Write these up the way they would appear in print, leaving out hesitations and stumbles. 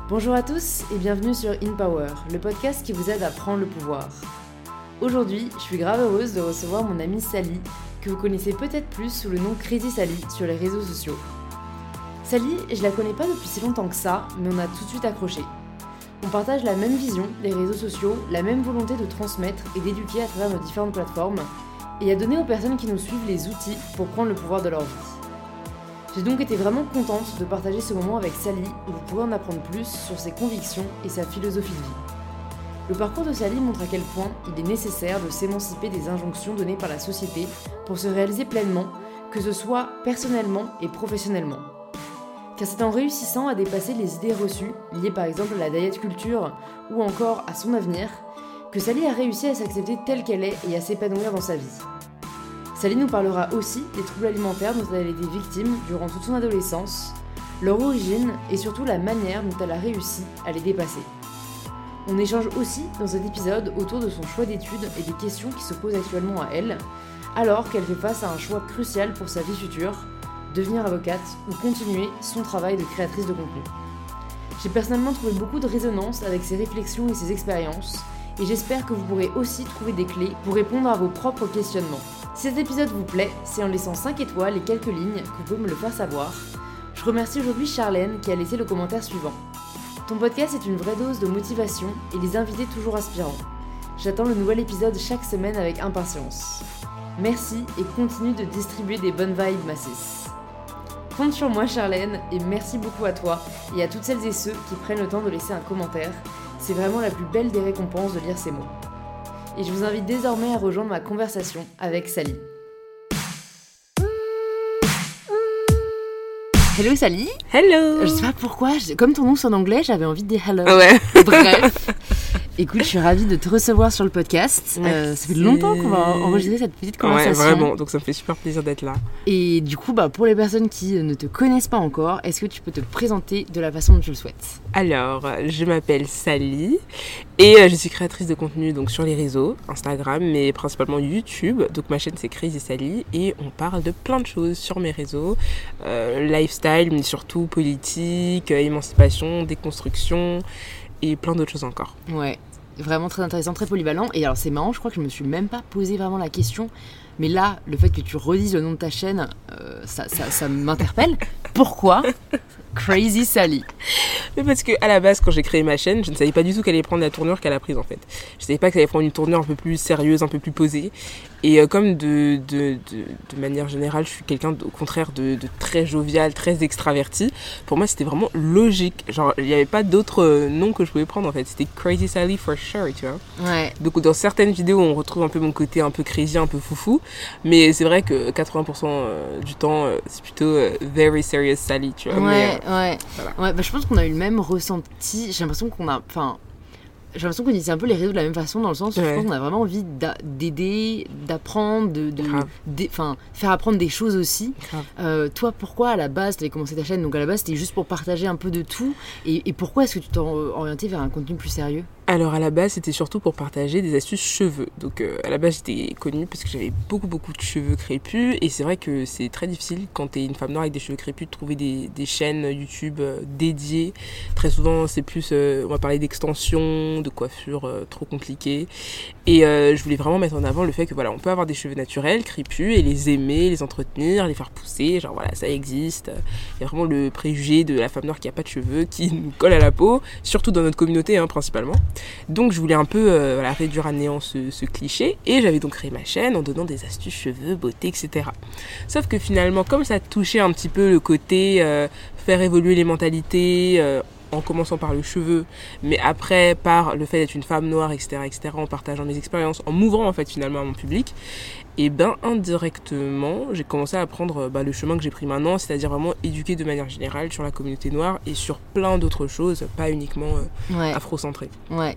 Bonjour à tous et bienvenue sur In Power, le podcast qui vous aide à prendre le pouvoir. Aujourd'hui, je suis grave heureuse de recevoir mon amie Sally, que vous connaissez peut-être plus sous le nom Crazy Sally sur les réseaux sociaux. Sally, je la connais pas depuis si longtemps que ça, mais on a tout de suite accroché. On partage la même vision, les réseaux sociaux, la même volonté de transmettre et d'éduquer à travers nos différentes plateformes, et à donner aux personnes qui nous suivent les outils pour prendre le pouvoir de leur vie. J'ai donc été vraiment contente de partager ce moment avec Sally, où vous pourrez en apprendre plus sur ses convictions et sa philosophie de vie. Le parcours de Sally montre à quel point il est nécessaire de s'émanciper des injonctions données par la société pour se réaliser pleinement, que ce soit personnellement et professionnellement. Car c'est en réussissant à dépasser les idées reçues, liées par exemple à la diet culture ou encore à son avenir, que Sally a réussi à s'accepter telle qu'elle est et à s'épanouir dans sa vie. Sally nous parlera aussi des troubles alimentaires dont elle a été victime durant toute son adolescence, leur origine et surtout la manière dont elle a réussi à les dépasser. On échange aussi dans cet épisode autour de son choix d'études et des questions qui se posent actuellement à elle, alors qu'elle fait face à un choix crucial pour sa vie future, devenir avocate ou continuer son travail de créatrice de contenu. J'ai personnellement trouvé beaucoup de résonance avec ses réflexions et ses expériences, et j'espère que vous pourrez aussi trouver des clés pour répondre à vos propres questionnements. Si cet épisode vous plaît, c'est en laissant 5 étoiles et quelques lignes que vous pouvez me le faire savoir. Je remercie aujourd'hui Charlène qui a laissé le commentaire suivant. Ton podcast est une vraie dose de motivation et les invités toujours inspirants. J'attends le nouvel épisode chaque semaine avec impatience. Merci et continue de distribuer des bonnes vibes, ma sis. Compte sur moi Charlène et merci beaucoup à toi et à toutes celles et ceux qui prennent le temps de laisser un commentaire. C'est vraiment la plus belle des récompenses de lire ces mots. Et je vous invite désormais à rejoindre ma conversation avec Sally. Hello Sally. Hello. Je sais pas pourquoi, comme ton nom sonne anglais, j'avais envie de dire hello. Ouais. Bref. Écoute, je suis ravie de te recevoir sur le podcast. Ça fait longtemps qu'on va enregistrer cette petite conversation. Ouais, vraiment. Donc ça me fait super plaisir d'être là. Et du coup, pour les personnes qui ne te connaissent pas encore, est-ce que tu peux te présenter de la façon dont tu le souhaites ? Alors, je m'appelle Sally et je suis créatrice de contenu donc sur les réseaux, Instagram, mais principalement YouTube. Donc ma chaîne c'est Crazy Sally et on parle de plein de choses sur mes réseaux. Lifestyle, mais surtout politique, émancipation, déconstruction et plein d'autres choses encore. Ouais. Vraiment très intéressant, très polyvalent. Et alors c'est marrant, je crois que je me suis même pas posé vraiment la question. Mais là, le fait que tu redises le nom de ta chaîne, ça m'interpelle. Pourquoi Crazy Sally? Mais parce que à la base, quand j'ai créé ma chaîne, je ne savais pas du tout qu'elle allait prendre la tournure qu'elle a prise en fait. Je savais pas qu'elle allait prendre une tournure un peu plus sérieuse, un peu plus posée. Et comme de manière générale, je suis quelqu'un au contraire de très jovial, très extraverti. Pour moi, c'était vraiment logique. Genre, il n'y avait pas d'autre nom que je pouvais prendre en fait. C'était Crazy Sally for sure, tu vois. Ouais. Donc dans certaines vidéos, on retrouve un peu mon côté un peu crazy, un peu foufou. Mais c'est vrai que 80% du temps, c'est plutôt very serious Sally, tu vois. Ouais, mais, ouais. Voilà. Ouais, je pense qu'on a eu le même ressenti. J'ai l'impression qu'on utilise un peu les réseaux de la même façon, dans le sens où je pense qu'on a vraiment envie d'aider, d'apprendre, faire apprendre des choses aussi. Toi, pourquoi à la base tu avais commencé ta chaîne? Donc à la base c'était juste pour partager un peu de tout. Et pourquoi est-ce que tu t'es orienté vers un contenu plus sérieux? Alors à la base c'était surtout pour partager des astuces cheveux. Donc à la base j'étais connue parce que j'avais beaucoup de cheveux crépus. Et c'est vrai que c'est très difficile quand t'es une femme noire avec des cheveux crépus de trouver des chaînes YouTube dédiées. Très souvent c'est plus, on va parler d'extension, de coiffure trop compliquée. Et je voulais vraiment mettre en avant le fait que voilà, on peut avoir des cheveux naturels, crépus, et les aimer, les entretenir, les faire pousser. Genre voilà, ça existe. Il y a vraiment le préjugé de la femme noire qui a pas de cheveux, qui nous colle à la peau, surtout dans notre communauté principalement. Donc je voulais un peu réduire à néant ce cliché, et j'avais donc créé ma chaîne en donnant des astuces cheveux, beauté, etc. Sauf que finalement, comme ça touchait un petit peu le côté faire évoluer les mentalités, en commençant par le cheveu, mais après par le fait d'être une femme noire, etc., en partageant mes expériences, en m'ouvrant en fait finalement à mon public, et indirectement j'ai commencé à prendre le chemin que j'ai pris maintenant, c'est-à-dire vraiment éduquer de manière générale sur la communauté noire et sur plein d'autres choses, pas uniquement afro-centrées. Ouais,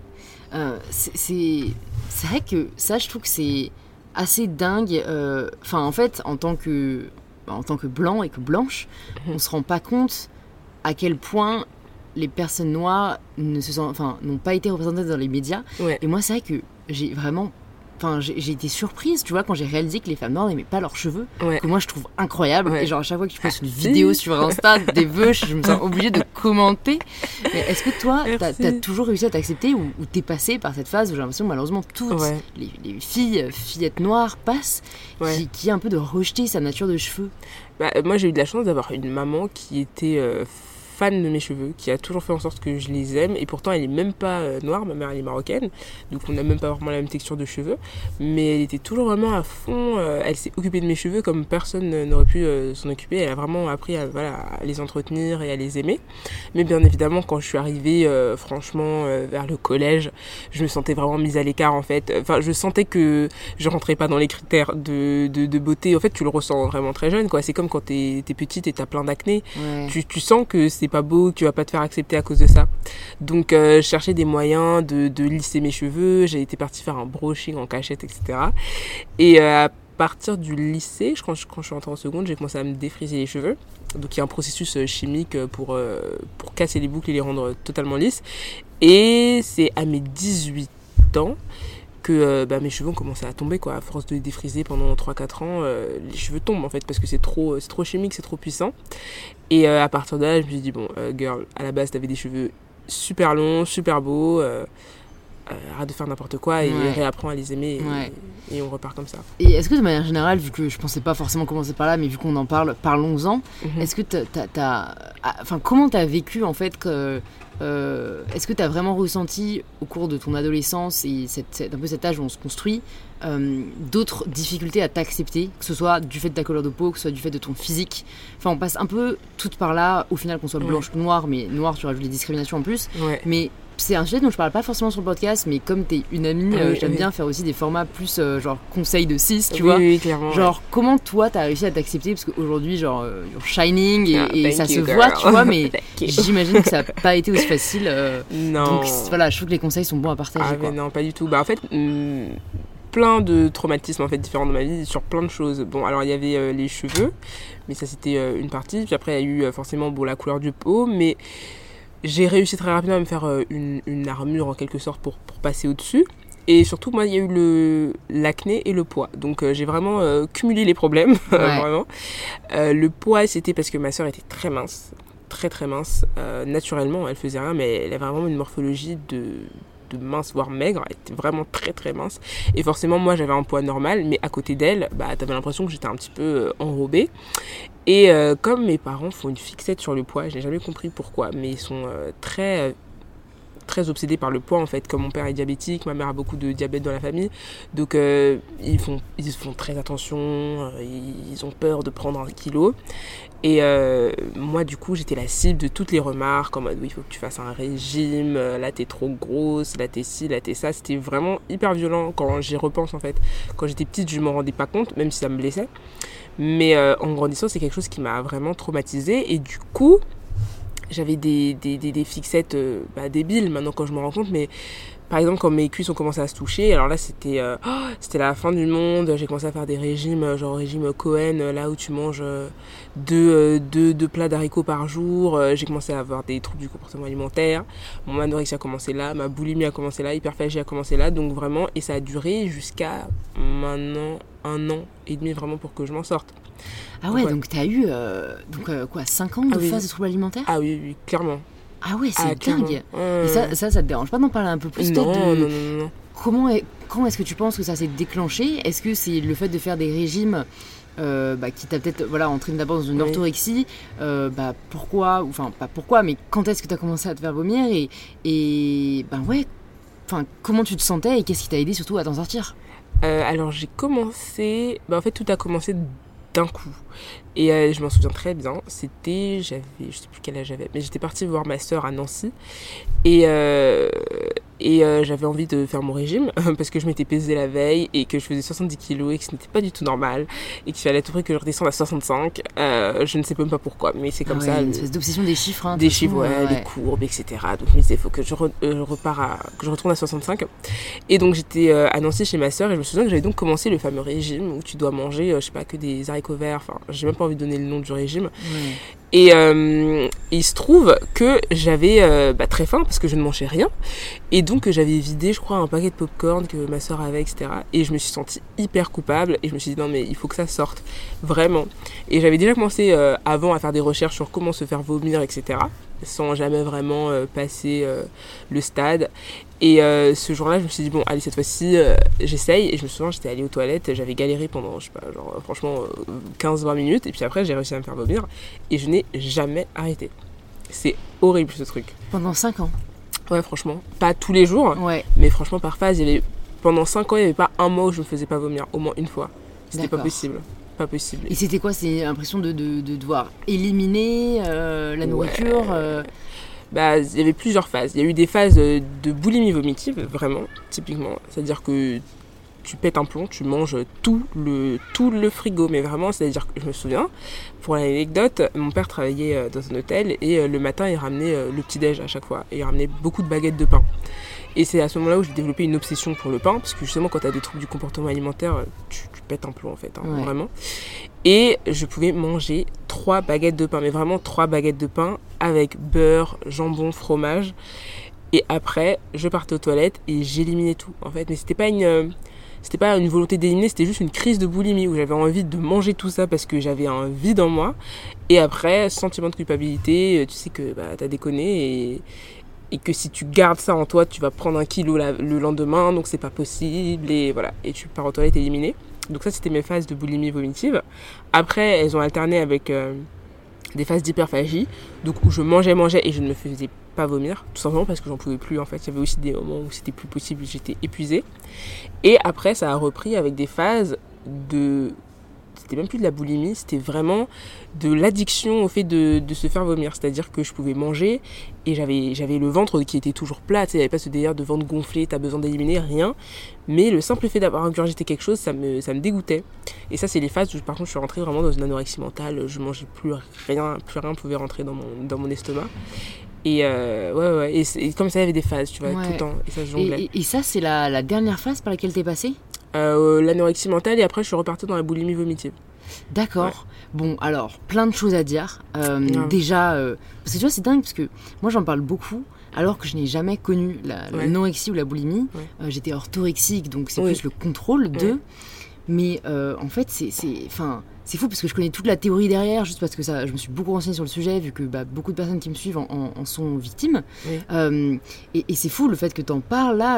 c'est vrai que ça, je trouve que c'est assez dingue. En fait, en tant que blanc et que blanche, on se rend pas compte à quel point les personnes noires n'ont pas été représentées dans les médias. Ouais. Et moi, c'est vrai que j'ai vraiment j'ai été surprise, tu vois, quand j'ai réalisé que les femmes noires n'aimaient pas leurs cheveux, Ouais. que moi je trouve incroyable. Ouais. Et genre à chaque fois que tu postes une vidéo sur Insta des vœux, je me sens obligée de commenter. Mais est-ce que toi, t'as toujours réussi à t'accepter ou t'es passée par cette phase où j'ai l'impression malheureusement toutes les fillettes noires passent, qui a un peu de rejeter sa nature de cheveux? Moi j'ai eu de la chance d'avoir une maman qui était fan de mes cheveux, qui a toujours fait en sorte que je les aime, et pourtant elle est même pas noire, ma mère elle est marocaine, donc on n'a même pas vraiment la même texture de cheveux, mais elle était toujours vraiment à fond, elle s'est occupée de mes cheveux comme personne n'aurait pu s'en occuper, elle a vraiment appris à les entretenir et à les aimer. Mais bien évidemment quand je suis arrivée franchement vers le collège, je me sentais vraiment mise à l'écart en fait, enfin je sentais que je rentrais pas dans les critères de beauté, en fait tu le ressens vraiment très jeune quoi, c'est comme quand t'es petite et t'as plein d'acné, tu sens que c'est pas beau, que tu vas pas te faire accepter à cause de ça. Donc je cherchais des moyens de lisser mes cheveux, j'ai été partie faire un brushing en cachette, etc. Et à partir du lycée, quand je suis entrée en seconde, j'ai commencé à me défriser les cheveux. Donc il y a un processus chimique pour casser les boucles et les rendre totalement lisses. Et c'est à mes 18 ans que mes cheveux ont commencé à tomber quoi, à force de les défriser pendant 3-4 ans, les cheveux tombent en fait parce que c'est trop chimique, c'est trop puissant. Et à partir de là, je me suis dit bon girl, à la base t'avais des cheveux super longs, super beaux, arrête de faire n'importe quoi et réapprends à les aimer et on repart comme ça. Et est-ce que de manière générale, vu que je pensais pas forcément commencer par là, mais vu qu'on en parle, parlons-en. Est-ce que comment t'as vécu en fait que est-ce que tu as vraiment ressenti au cours de ton adolescence et un peu cet âge où on se construit d'autres difficultés à t'accepter, que ce soit du fait de ta couleur de peau, que ce soit du fait de ton physique, enfin on passe un peu toutes par là au final, qu'on soit blanche ou noire, mais noire tu rajoutes les discriminations en plus, mais c'est un sujet dont je parle pas forcément sur le podcast, mais comme t'es une amie, j'aime bien faire aussi des formats plus genre conseils de cis, tu vois. Oui, clairement. Genre comment toi t'as réussi à t'accepter, parce qu'aujourd'hui genre you're shining et ça se voit, tu vois, mais j'imagine que ça a pas été aussi facile. Non. Donc voilà, je trouve que les conseils sont bons à partager. Mais non, pas du tout. En fait, plein de traumatismes en fait différents dans ma vie sur plein de choses. Bon, alors il y avait les cheveux, mais ça c'était une partie. Puis après il y a eu forcément la couleur de peau, mais j'ai réussi très rapidement à me faire une armure en quelque sorte pour passer au-dessus. Et surtout, moi, il y a eu l'acné et le poids. Donc, j'ai vraiment cumulé les problèmes, vraiment. Le poids, c'était parce que ma sœur était très mince, très très mince. Naturellement, elle faisait rien, mais elle avait vraiment une morphologie de mince, voire maigre. Elle était vraiment très très mince. Et forcément, moi, j'avais un poids normal, mais à côté d'elle, t'avais l'impression que j'étais un petit peu enrobée. Et comme mes parents font une fixette sur le poids, je n'ai jamais compris pourquoi, mais ils sont très obsédés par le poids en fait. Comme mon père est diabétique, ma mère a beaucoup de diabète dans la famille, donc ils font très attention, ils ont peur de prendre 1 kilo. Et moi du coup j'étais la cible de toutes les remarques en mode oui, il faut que tu fasses un régime, là t'es trop grosse, là t'es ci, là t'es ça. C'était vraiment hyper violent quand j'y repense en fait. Quand j'étais petite je m'en rendais pas compte, même si ça me blessait, mais en grandissant c'est quelque chose qui m'a vraiment traumatisée. Et du coup j'avais des fixettes débiles maintenant quand je me rends compte, mais par exemple quand mes cuisses ont commencé à se toucher, alors là c'était la fin du monde. J'ai commencé à faire des régimes, genre régime Cohen, là où tu manges deux plats d'haricots par jour. J'ai commencé à avoir des troubles du comportement alimentaire, mon anorexie a commencé là, ma boulimie a commencé là, hyperphagie a commencé là, donc vraiment, et ça a duré jusqu'à maintenant 1 an et demi vraiment pour que je m'en sorte. Ah ouais, donc t'as eu 5 ans de phase de troubles alimentaires ? Ah oui, clairement. Ah ouais, c'est dingue. Et ça te dérange pas d'en parler un peu plus Non. Quand est-ce que tu penses que ça s'est déclenché ? Est-ce que c'est le fait de faire des régimes qui t'a peut-être entraîné d'abord dans une orthorexie, pourquoi, enfin pas pourquoi, mais quand est-ce que t'as commencé à te faire vomir comment tu te sentais et qu'est-ce qui t'a aidé surtout à t'en sortir ? Alors j'ai commencé, en fait tout a commencé d'un coup. Et je m'en souviens très bien, je sais plus quel âge j'avais, mais j'étais partie voir ma sœur à Nancy et j'avais envie de faire mon régime parce que je m'étais pesée la veille et que je faisais 70 kilos et que ce n'était pas du tout normal et qu'il fallait à tout prix que je redescende à 65. Je ne sais même pas pourquoi, mais c'est comme ça. Une espèce d'obsession des chiffres. Des chiffres, les courbes, etc. Donc je me disais, il faut que je retourne à 65. Et donc j'étais à Nancy chez ma sœur et je me souviens que j'avais donc commencé le fameux régime où tu dois manger, je sais pas, que des haricots verts, enfin, j'ai même pas pas envie de donner le nom du régime. Et il se trouve que j'avais très faim parce que je ne mangeais rien. Et donc j'avais vidé, je crois, un paquet de popcorn que ma soeur avait, etc. Et je me suis sentie hyper coupable. Et je me suis dit, non mais il faut que ça sorte, vraiment. Et j'avais déjà commencé avant à faire des recherches sur comment se faire vomir, etc. Sans jamais vraiment passer le stade. Et ce jour-là, je me suis dit, bon, allez, cette fois-ci, j'essaye. Et je me souviens, j'étais allée aux toilettes, j'avais galéré pendant, je sais pas, genre, franchement, 15-20 minutes. Et puis après, j'ai réussi à me faire vomir. Et je n'ai jamais arrêté. C'est horrible, ce truc. Pendant 5 ans. Ouais, franchement. Pas tous les jours, mais franchement, par phase, pendant 5 ans, il n'y avait pas un mois où je me faisais pas vomir. Au moins une fois. C'était pas possible. Pas possible. Et c'était quoi? C'est l'impression de devoir éliminer la nourriture il y avait plusieurs phases. Il y a eu des phases de boulimie vomitive, vraiment, typiquement. C'est-à-dire que tu pètes un plomb, tu manges tout le frigo, mais vraiment, c'est-à-dire que je me souviens, pour l'anecdote, mon père travaillait dans un hôtel et le matin, il ramenait le petit-déj à chaque fois. Et il ramenait beaucoup de baguettes de pain. Et c'est à ce moment-là où j'ai développé une obsession pour le pain, parce que justement, quand tu as des troubles du comportement alimentaire, tu pètes un plomb, en fait, vraiment. Et je pouvais manger 3 baguettes de pain, mais vraiment 3 baguettes de pain avec beurre, jambon, fromage. Et après, je partais aux toilettes et j'éliminais tout, en fait. Mais c'était pas une volonté d'éliminer, c'était juste une crise de boulimie où j'avais envie de manger tout ça parce que j'avais un vide en moi. Et après, sentiment de culpabilité, tu sais que t'as déconné et que si tu gardes ça en toi, tu vas prendre 1 kilo le lendemain, donc c'est pas possible, et voilà, et tu pars aux toilettes éliminer. Donc ça, c'était mes phases de boulimie vomitive. Après, elles ont alterné avec des phases d'hyperphagie, donc où je mangeais et je ne me faisais pas vomir, tout simplement parce que j'en pouvais plus, en fait. Il y avait aussi des moments où c'était plus possible, j'étais épuisée. Et après, ça a repris avec des phases c'était même plus de la boulimie, c'était vraiment de l'addiction au fait de se faire vomir. C'est-à-dire que je pouvais manger et j'avais le ventre qui était toujours plat. Tu sais, il n'y avait pas ce délire de ventre gonflé, t'as besoin d'éliminer, rien. Mais le simple fait d'avoir ingurgité quelque chose, ça me dégoûtait. Et ça, c'est les phases où, par contre, je suis rentrée vraiment dans une anorexie mentale. Je mangeais plus rien pouvait rentrer dans mon estomac. Et et comme ça, il y avait des phases, tu vois, tout le temps. Et ça, je jonglais. Et ça, c'est la dernière phase par laquelle t'es passée? L'anorexie mentale, et après je suis repartie dans la boulimie vomitive. D'accord. Bon, alors, plein de choses à dire. Déjà, parce que tu vois, c'est dingue, parce que moi j'en parle beaucoup, alors que je n'ai jamais connu l'anorexie ou la boulimie. J'étais orthorexique, donc c'est plus le contrôle de. Mais en fait, c'est fou parce que je connais toute la théorie derrière, juste parce que je me suis beaucoup renseignée sur le sujet, vu que beaucoup de personnes qui me suivent en sont victimes. Et c'est fou le fait que t'en parles là,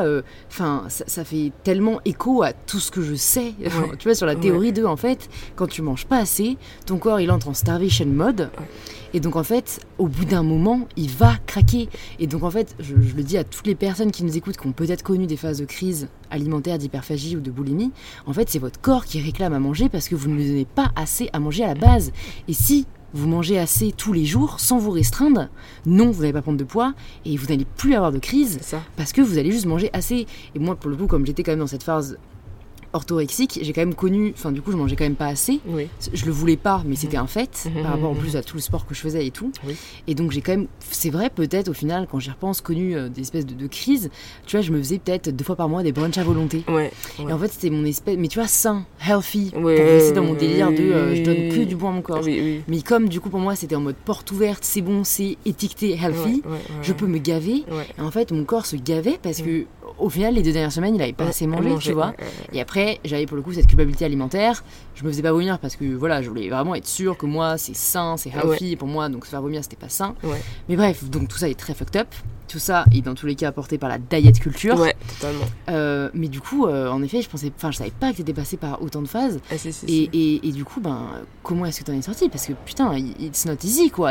ça fait tellement écho à tout ce que je sais, tu vois, sur la théorie de, en fait, quand tu manges pas assez, ton corps il entre en starvation mode. Et donc en fait, au bout d'un moment, il va craquer. Et donc en fait, je le dis à toutes les personnes qui nous écoutent, qui ont peut-être connu des phases de crise alimentaire, d'hyperphagie ou de boulimie, en fait, c'est votre corps qui réclame à manger parce que vous ne lui donnez pas assez à manger à la base. Et si vous mangez assez tous les jours, sans vous restreindre, non, vous n'allez pas prendre de poids et vous n'allez plus avoir de crise parce que vous allez juste manger assez. Et moi, pour le coup, comme j'étais quand même dans cette phase orthorexique, j'ai quand même connu, du coup je mangeais quand même pas assez, je le voulais pas, mais c'était un fait par rapport en plus à tout le sport que je faisais et tout, et donc j'ai quand même, c'est vrai peut-être au final quand j'y repense, connu des espèces de crises, tu vois, je me faisais peut-être 2 fois par mois des brunchs à volonté, et en fait c'était mon espèce, mais tu vois, sain, healthy, pour rester dans mon délire de je donne que du bon à mon corps, mais comme du coup pour moi c'était en mode porte ouverte, c'est bon, c'est étiqueté healthy, je peux me gaver, et en fait mon corps se gavait parce que au final les 2 dernières semaines il avait pas assez mangé, tu vois, et après j'avais pour le coup cette culpabilité alimentaire, je me faisais pas vomir parce que voilà, je voulais vraiment être sûre que moi c'est sain, c'est healthy, et pour moi donc se faire vomir c'était pas sain, mais bref, donc tout ça est très fucked up, tout ça est dans tous les cas apporté par la diet culture, totalement. mais du coup en effet je savais pas que t'étais passé par autant de phases, et du coup comment est-ce que t'en es sorti, parce que putain it's not easy quoi,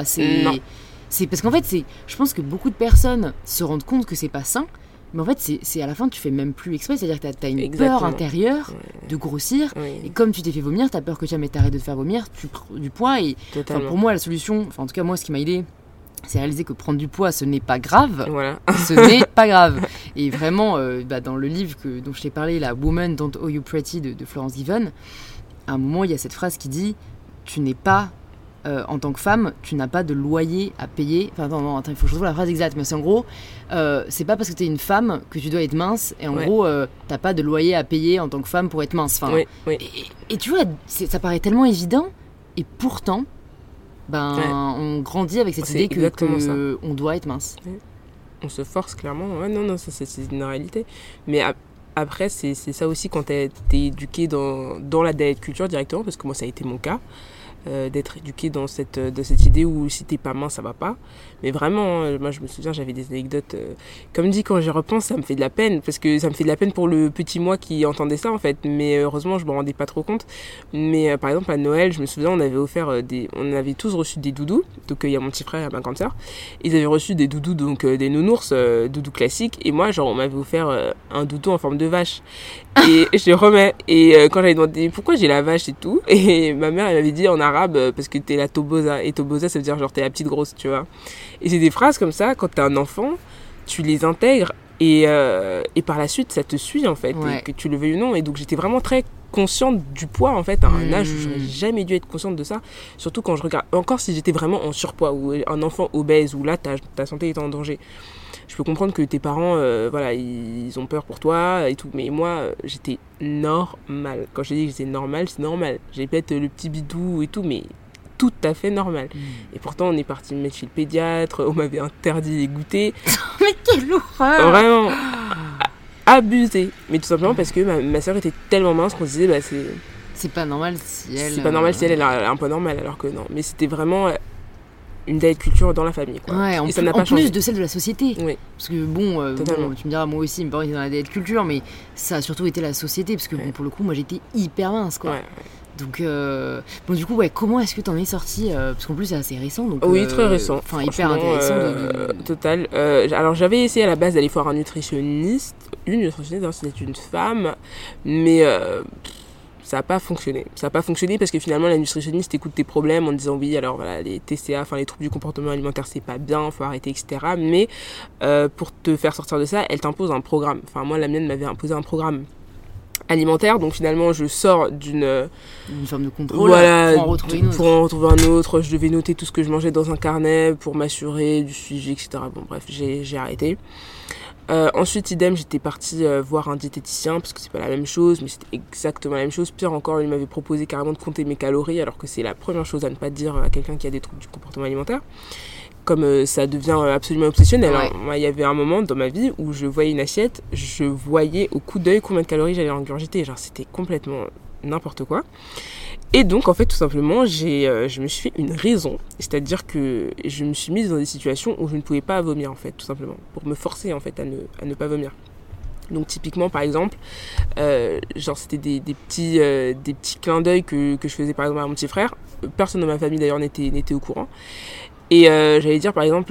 c'est parce qu'en fait je pense que beaucoup de personnes se rendent compte que c'est pas sain. Mais en fait, c'est à la fin, tu fais même plus exprès. C'est-à-dire que t'as une peur intérieure de grossir. Et comme tu t'es fait vomir, t'as peur que jamais t'arrêtes de te faire vomir, tu prends du poids. Et pour moi, la solution, en tout cas, moi, ce qui m'a aidé, c'est réaliser que prendre du poids, ce n'est pas grave. Ce n'est pas grave. Et vraiment, dans le livre dont je t'ai parlé, la Woman Don't Owe You Pretty de Florence Given, à un moment, il y a cette phrase qui dit « Tu n'es pas... en tant que femme, tu n'as pas de loyer à payer. » Enfin, attends, il faut que je trouve la phrase exacte, mais c'est en gros, c'est pas parce que t'es une femme que tu dois être mince, et en gros, t'as pas de loyer à payer en tant que femme pour être mince. Enfin, et tu vois, ça paraît tellement évident, Et pourtant, on grandit avec cette idée que on doit être mince. Ouais. On se force clairement. Ouais, non, ça, c'est une réalité. Mais après, c'est ça aussi quand t'es éduqué dans la diet culture directement, parce que moi, ça a été mon cas. D'être éduqué dans cette idée où si t'es pas mince ça va pas, mais vraiment moi je me souviens, j'avais des anecdotes comme dit, quand j'y repense ça me fait de la peine, parce que ça me fait de la peine pour le petit moi qui entendait ça en fait, mais heureusement je me rendais pas trop compte. Mais par exemple à Noël, je me souviens, on avait offert on avait tous reçu des doudous, donc il y a mon petit frère et ma grande sœur, ils avaient reçu des doudous, donc des nounours, doudous classiques, et moi genre on m'avait offert un doudou en forme de vache, et je le remets, et quand j'avais demandé pourquoi j'ai la vache et tout, et ma mère elle m'avait dit en arabe parce que t'es la tobosa, et tobosa ça veut dire genre t'es la petite grosse, tu vois. Et c'est des phrases comme ça, quand t'es un enfant tu les intègres et par la suite ça te suit en fait, et que tu le veuilles ou non. Et donc j'étais vraiment très consciente du poids en fait, à un âge où j'aurais jamais dû être consciente de ça, surtout quand je regarde, encore si j'étais vraiment en surpoids ou un enfant obèse où là ta santé est en danger. Je peux comprendre que tes parents, ils ont peur pour toi et tout. Mais moi, j'étais normale. Quand je dis que j'étais normale, c'est normal. J'ai peut-être le petit bidou et tout, mais tout à fait normal. Et pourtant, on est parti me mettre chez le pédiatre. On m'avait interdit les goûters. Mais quelle horreur! Vraiment abusé. Mais tout simplement parce que ma soeur était tellement mince qu'on se disait, c'est pas normal si elle... C'est pas normal si elle est un peu normale, alors que non. Mais c'était vraiment... une diet culture dans la famille, quoi. Ouais, et ça n'a pas changé. Plus de celle de la société. Oui. Parce que bon, tu me diras, moi aussi, mes parents étaient dans la diet culture, mais ça a surtout été la société, parce que bon, pour le coup, moi j'étais hyper mince, quoi. Ouais. Donc, du coup, comment est-ce que t'en es sortie, parce qu'en plus c'est assez récent, donc. Oui, très récent. Enfin, hyper intéressant. Total. Alors j'avais essayé à la base d'aller voir un nutritionniste. Une nutritionniste, c'était une femme, mais. Ça n'a pas fonctionné. Ça n'a pas fonctionné parce que finalement, la nutritionniste écoute tes problèmes en disant oui, alors voilà, les TCA, enfin les troubles du comportement alimentaire, c'est pas bien, faut arrêter, etc. Mais pour te faire sortir de ça, elle t'impose un programme. Enfin, moi, la mienne m'avait imposé un programme alimentaire, donc finalement, je sors d'une forme de contrôle, voilà, pour en retrouver un autre. Je devais noter tout ce que je mangeais dans un carnet pour m'assurer du suivi, etc. Bon, bref, j'ai arrêté. Ensuite, idem, j'étais partie voir un diététicien parce que c'est pas la même chose, mais c'était exactement la même chose. Pire encore, il m'avait proposé carrément de compter mes calories, alors que c'est la première chose à ne pas dire à quelqu'un qui a des troubles du comportement alimentaire. Comme ça devient absolument obsessionnel. Ouais. Moi, il y avait un moment dans ma vie où je voyais une assiette, je voyais au coup d'œil combien de calories j'allais ingurgiter. Genre, c'était complètement n'importe quoi. Et donc, en fait, tout simplement, je me suis fait une raison. C'est-à-dire que je me suis mise dans des situations où je ne pouvais pas vomir, en fait, tout simplement. Pour me forcer, en fait, à ne pas vomir. Donc, typiquement, par exemple, c'était des petits clins d'œil que je faisais, par exemple, à mon petit frère. Personne de ma famille, d'ailleurs, n'était au courant. Et j'allais dire, par exemple,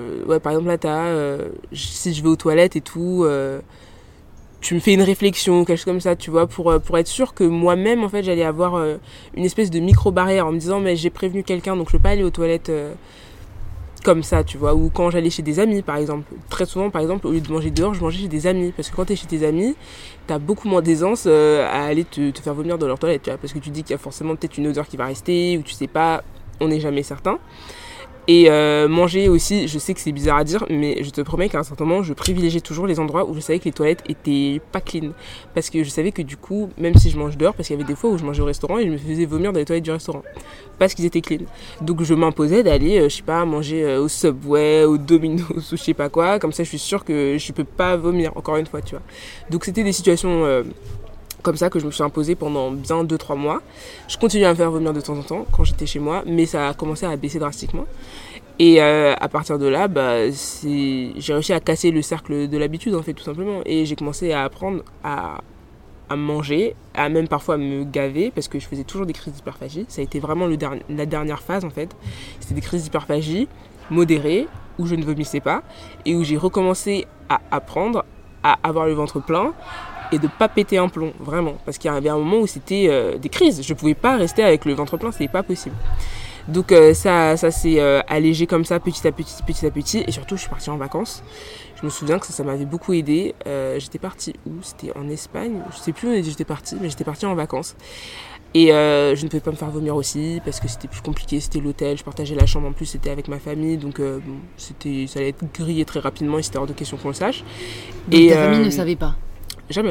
là, si je vais aux toilettes et tout... tu me fais une réflexion, quelque chose comme ça, tu vois, pour être sûr que moi-même, en fait, j'allais avoir une espèce de micro-barrière en me disant, mais j'ai prévenu quelqu'un, donc je peux pas aller aux toilettes comme ça, tu vois. Ou quand j'allais chez des amis, par exemple. Très souvent, par exemple, au lieu de manger dehors, je mangeais chez des amis. Parce que quand t'es chez tes amis, t'as beaucoup moins d'aisance à aller te faire vomir dans leur toilette, tu vois. Parce que tu dis qu'il y a forcément peut-être une odeur qui va rester, ou tu sais pas, on n'est jamais certain. Et manger aussi, je sais que c'est bizarre à dire, mais je te promets qu'à un certain moment, je privilégiais toujours les endroits où je savais que les toilettes étaient pas clean. Parce que je savais que du coup, même si je mange dehors, parce qu'il y avait des fois où je mangeais au restaurant et je me faisais vomir dans les toilettes du restaurant. Parce qu'ils étaient clean. Donc je m'imposais d'aller, manger au Subway, au Domino's ou je sais pas quoi. Comme ça, je suis sûre que je peux pas vomir, encore une fois, tu vois. Donc c'était des situations... comme ça que je me suis imposée pendant bien 2-3 mois. Je continuais à me faire vomir de temps en temps quand j'étais chez moi, mais ça a commencé à baisser drastiquement. Et à partir de là, j'ai réussi à casser le cercle de l'habitude, en fait, tout simplement. Et j'ai commencé à apprendre à manger, à même parfois me gaver, parce que je faisais toujours des crises d'hyperphagie. Ça a été vraiment la dernière phase, en fait. C'était des crises d'hyperphagie modérées, où je ne vomissais pas, et où j'ai recommencé à apprendre à avoir le ventre plein, et de pas péter un plomb, vraiment. Parce qu'il y avait un moment où c'était des crises. Je pouvais pas rester avec le ventre plein, c'était pas possible. Donc ça s'est allégé comme ça, petit à petit. Et surtout, je suis partie en vacances. Je me souviens que ça m'avait beaucoup aidé. J'étais partie où ? C'était en Espagne. Je sais plus où j'étais partie, mais j'étais partie en vacances. Et je ne pouvais pas me faire vomir aussi, parce que c'était plus compliqué. C'était l'hôtel, je partageais la chambre en plus, c'était avec ma famille. Donc ça allait être grillé très rapidement et c'était hors de question qu'on le sache. Donc ta famille ne savait pas ? Jamais.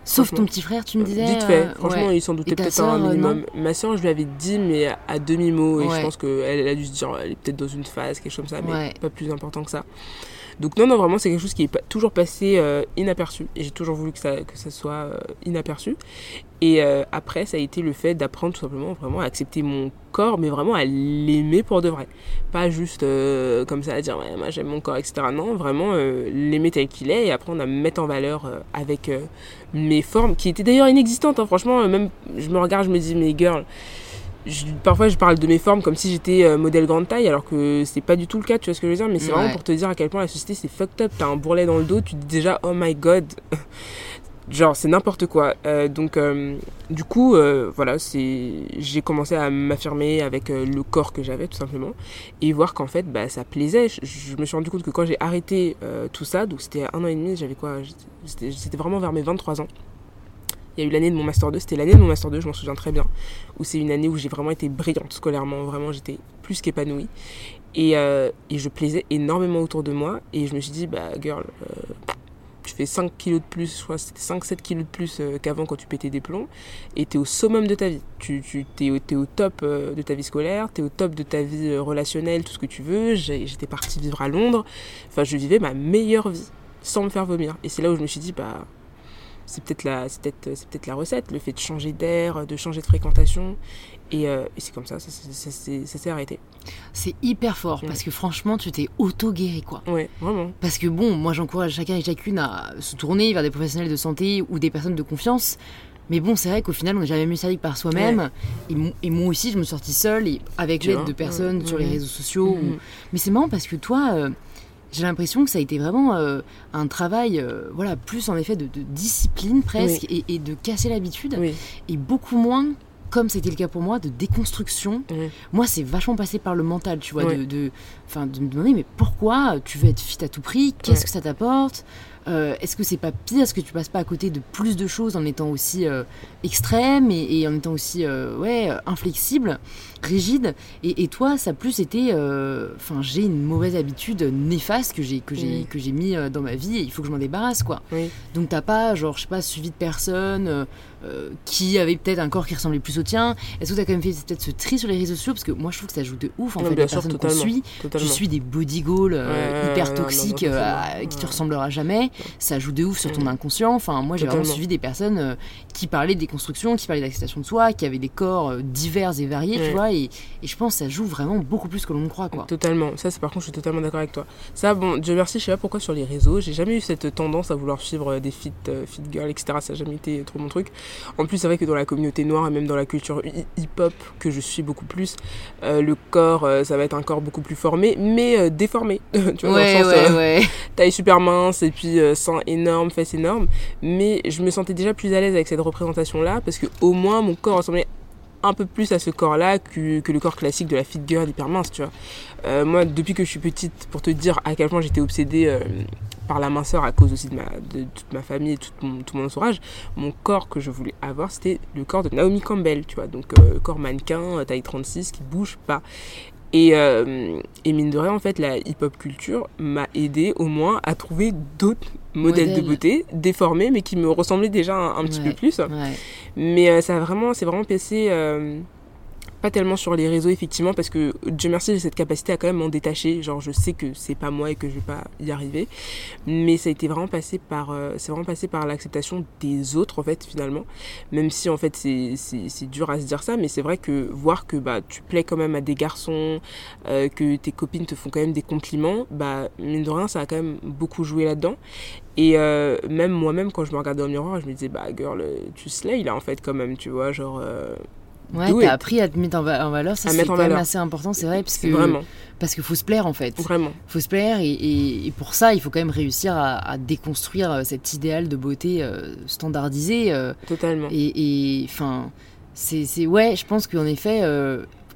Sauf ton petit frère, tu me disais. Vite fait. Franchement, il s'en doutait peut-être un minimum. Non. Ma soeur, je lui avais dit, mais à demi-mot. Et je pense qu'elle a dû se dire, elle est peut-être dans une phase, quelque chose comme ça, mais pas plus important que ça. Donc non, vraiment, c'est quelque chose qui est toujours passé inaperçu. Et j'ai toujours voulu que ça soit inaperçu. Et après, ça a été le fait d'apprendre tout simplement vraiment à accepter mon corps, mais vraiment à l'aimer pour de vrai. Pas juste comme ça à dire, ouais, moi j'aime mon corps, etc. Non, vraiment l'aimer tel qu'il est et apprendre à me mettre en valeur avec mes formes, qui étaient d'ailleurs inexistantes. Hein. Franchement, même je me regarde, je me dis, mais girl... Parfois je parle de mes formes comme si j'étais modèle grande taille alors que c'est pas du tout le cas, tu vois ce que je veux dire, mais c'est vraiment pour te dire à quel point la société c'est fucked up. T'as un bourrelet dans le dos, tu te dis déjà oh my god genre c'est n'importe quoi. Donc du coup voilà, j'ai commencé à m'affirmer avec le corps que j'avais tout simplement et voir qu'en fait ça plaisait. Je me suis rendu compte que quand j'ai arrêté tout ça, donc c'était 1 an et demi, c'était vraiment vers mes 23 ans. Il y a eu l'année de mon Master 2, c'était l'année de mon Master 2, je m'en souviens très bien, où c'est une année où j'ai vraiment été brillante scolairement, vraiment j'étais plus qu'épanouie. Et je plaisais énormément autour de moi, et je me suis dit, girl, tu fais 5 kilos de plus, je crois que c'était 5-7 kilos de plus qu'avant quand tu pétais des plombs, et t'es au summum de ta vie. T'es au top de ta vie scolaire, t'es au top de ta vie relationnelle, tout ce que tu veux. J'étais partie vivre à Londres, enfin je vivais ma meilleure vie, sans me faire vomir. Et c'est là où je me suis dit, c'est peut-être la recette, le fait de changer d'air, de changer de fréquentation. Et c'est comme ça s'est arrêté. C'est hyper fort, parce que franchement, tu t'es auto-guéri, quoi. Ouais, vraiment. Parce que bon, moi j'encourage chacun et chacune à se tourner vers des professionnels de santé ou des personnes de confiance. Mais bon, c'est vrai qu'au final, on n'est jamais mieux servi que par soi-même. Ouais. Et moi aussi, je me suis sortie seule, et avec l'aide de personnes sur les réseaux sociaux. Mais c'est marrant parce que toi... j'ai l'impression que ça a été vraiment un travail, plus en effet de discipline presque, et de casser l'habitude, et beaucoup moins, comme c'était le cas pour moi, de déconstruction. Moi, c'est vachement passé par le mental, tu vois, de me demander, mais pourquoi tu veux être fit à tout prix ? Qu'est-ce que ça t'apporte ? Est-ce que c'est pas pire ? Est-ce que tu passes pas à côté de plus de choses en étant aussi extrême et en étant aussi inflexible, rigide ? Et toi, ça a plus été j'ai une mauvaise habitude néfaste que j'ai mis dans ma vie et il faut que je m'en débarrasse, quoi. Donc t'as pas suivi de personnes qui avaient peut-être un corps qui ressemblait plus au tien. Est-ce que t'as quand même fait peut-être ce tri sur les réseaux sociaux, parce que moi je trouve que ça joue de ouf en fait, les personnes qu'on suit. Je suis des body goals hyper toxiques qui te ressemblera jamais. Ça joue de ouf sur ton inconscient. Enfin, moi j'ai vraiment suivi des personnes qui parlaient de déconstruction, qui parlaient d'acceptation de soi, qui avaient des corps divers et variés, tu vois, et je pense que ça joue vraiment beaucoup plus que l'on ne croit, quoi. Totalement. Ça, par contre, je suis totalement d'accord avec toi. Ça, bon, Dieu merci, je sais pas pourquoi sur les réseaux, j'ai jamais eu cette tendance à vouloir suivre des fit girls, etc. Ça n'a jamais été trop mon truc. En plus, c'est vrai que dans la communauté noire et même dans la culture hip-hop que je suis beaucoup plus, le corps, ça va être un corps beaucoup plus formé, mais déformé. Tu vois, dans le sens, taille super mince et puis seins énormes, fesses énormes. Mais je me sentais déjà plus à l'aise avec cette représentation-là parce que au moins mon corps ressemblait un peu plus à ce corps-là que le corps classique de la fit girl hyper mince, tu vois. Moi, depuis que je suis petite, pour te dire à quel point j'étais obsédée par la minceur à cause aussi de toute ma famille et tout mon entourage, mon corps que je voulais avoir, c'était le corps de Naomi Campbell, tu vois. Donc, corps mannequin, taille 36, qui bouge pas. Et mine de rien, en fait, la hip-hop culture m'a aidé au moins à trouver d'autres modèles de beauté déformés, mais qui me ressemblaient déjà un petit peu plus. Mais c'est vraiment passé pas tellement sur les réseaux, effectivement, parce que Dieu merci, j'ai cette capacité à quand même m'en détacher. Genre, je sais que c'est pas moi et que je vais pas y arriver. Mais ça a été vraiment passé par l'acceptation des autres, en fait, finalement. Même si, en fait, c'est dur à se dire ça, mais c'est vrai que voir que tu plais quand même à des garçons, que tes copines te font quand même des compliments, mine de rien, ça a quand même beaucoup joué là-dedans. Et même moi-même, quand je me regardais au miroir, je me disais, girl, tu slay là, en fait, quand même, tu vois, genre... t'as appris à te mettre en valeur, ça c'est quand même assez important, c'est vrai, parce qu'il faut se plaire en fait. Vraiment. Faut se plaire et pour ça, il faut quand même réussir à déconstruire cet idéal de beauté standardisé. Totalement. Et enfin, je pense qu'en effet,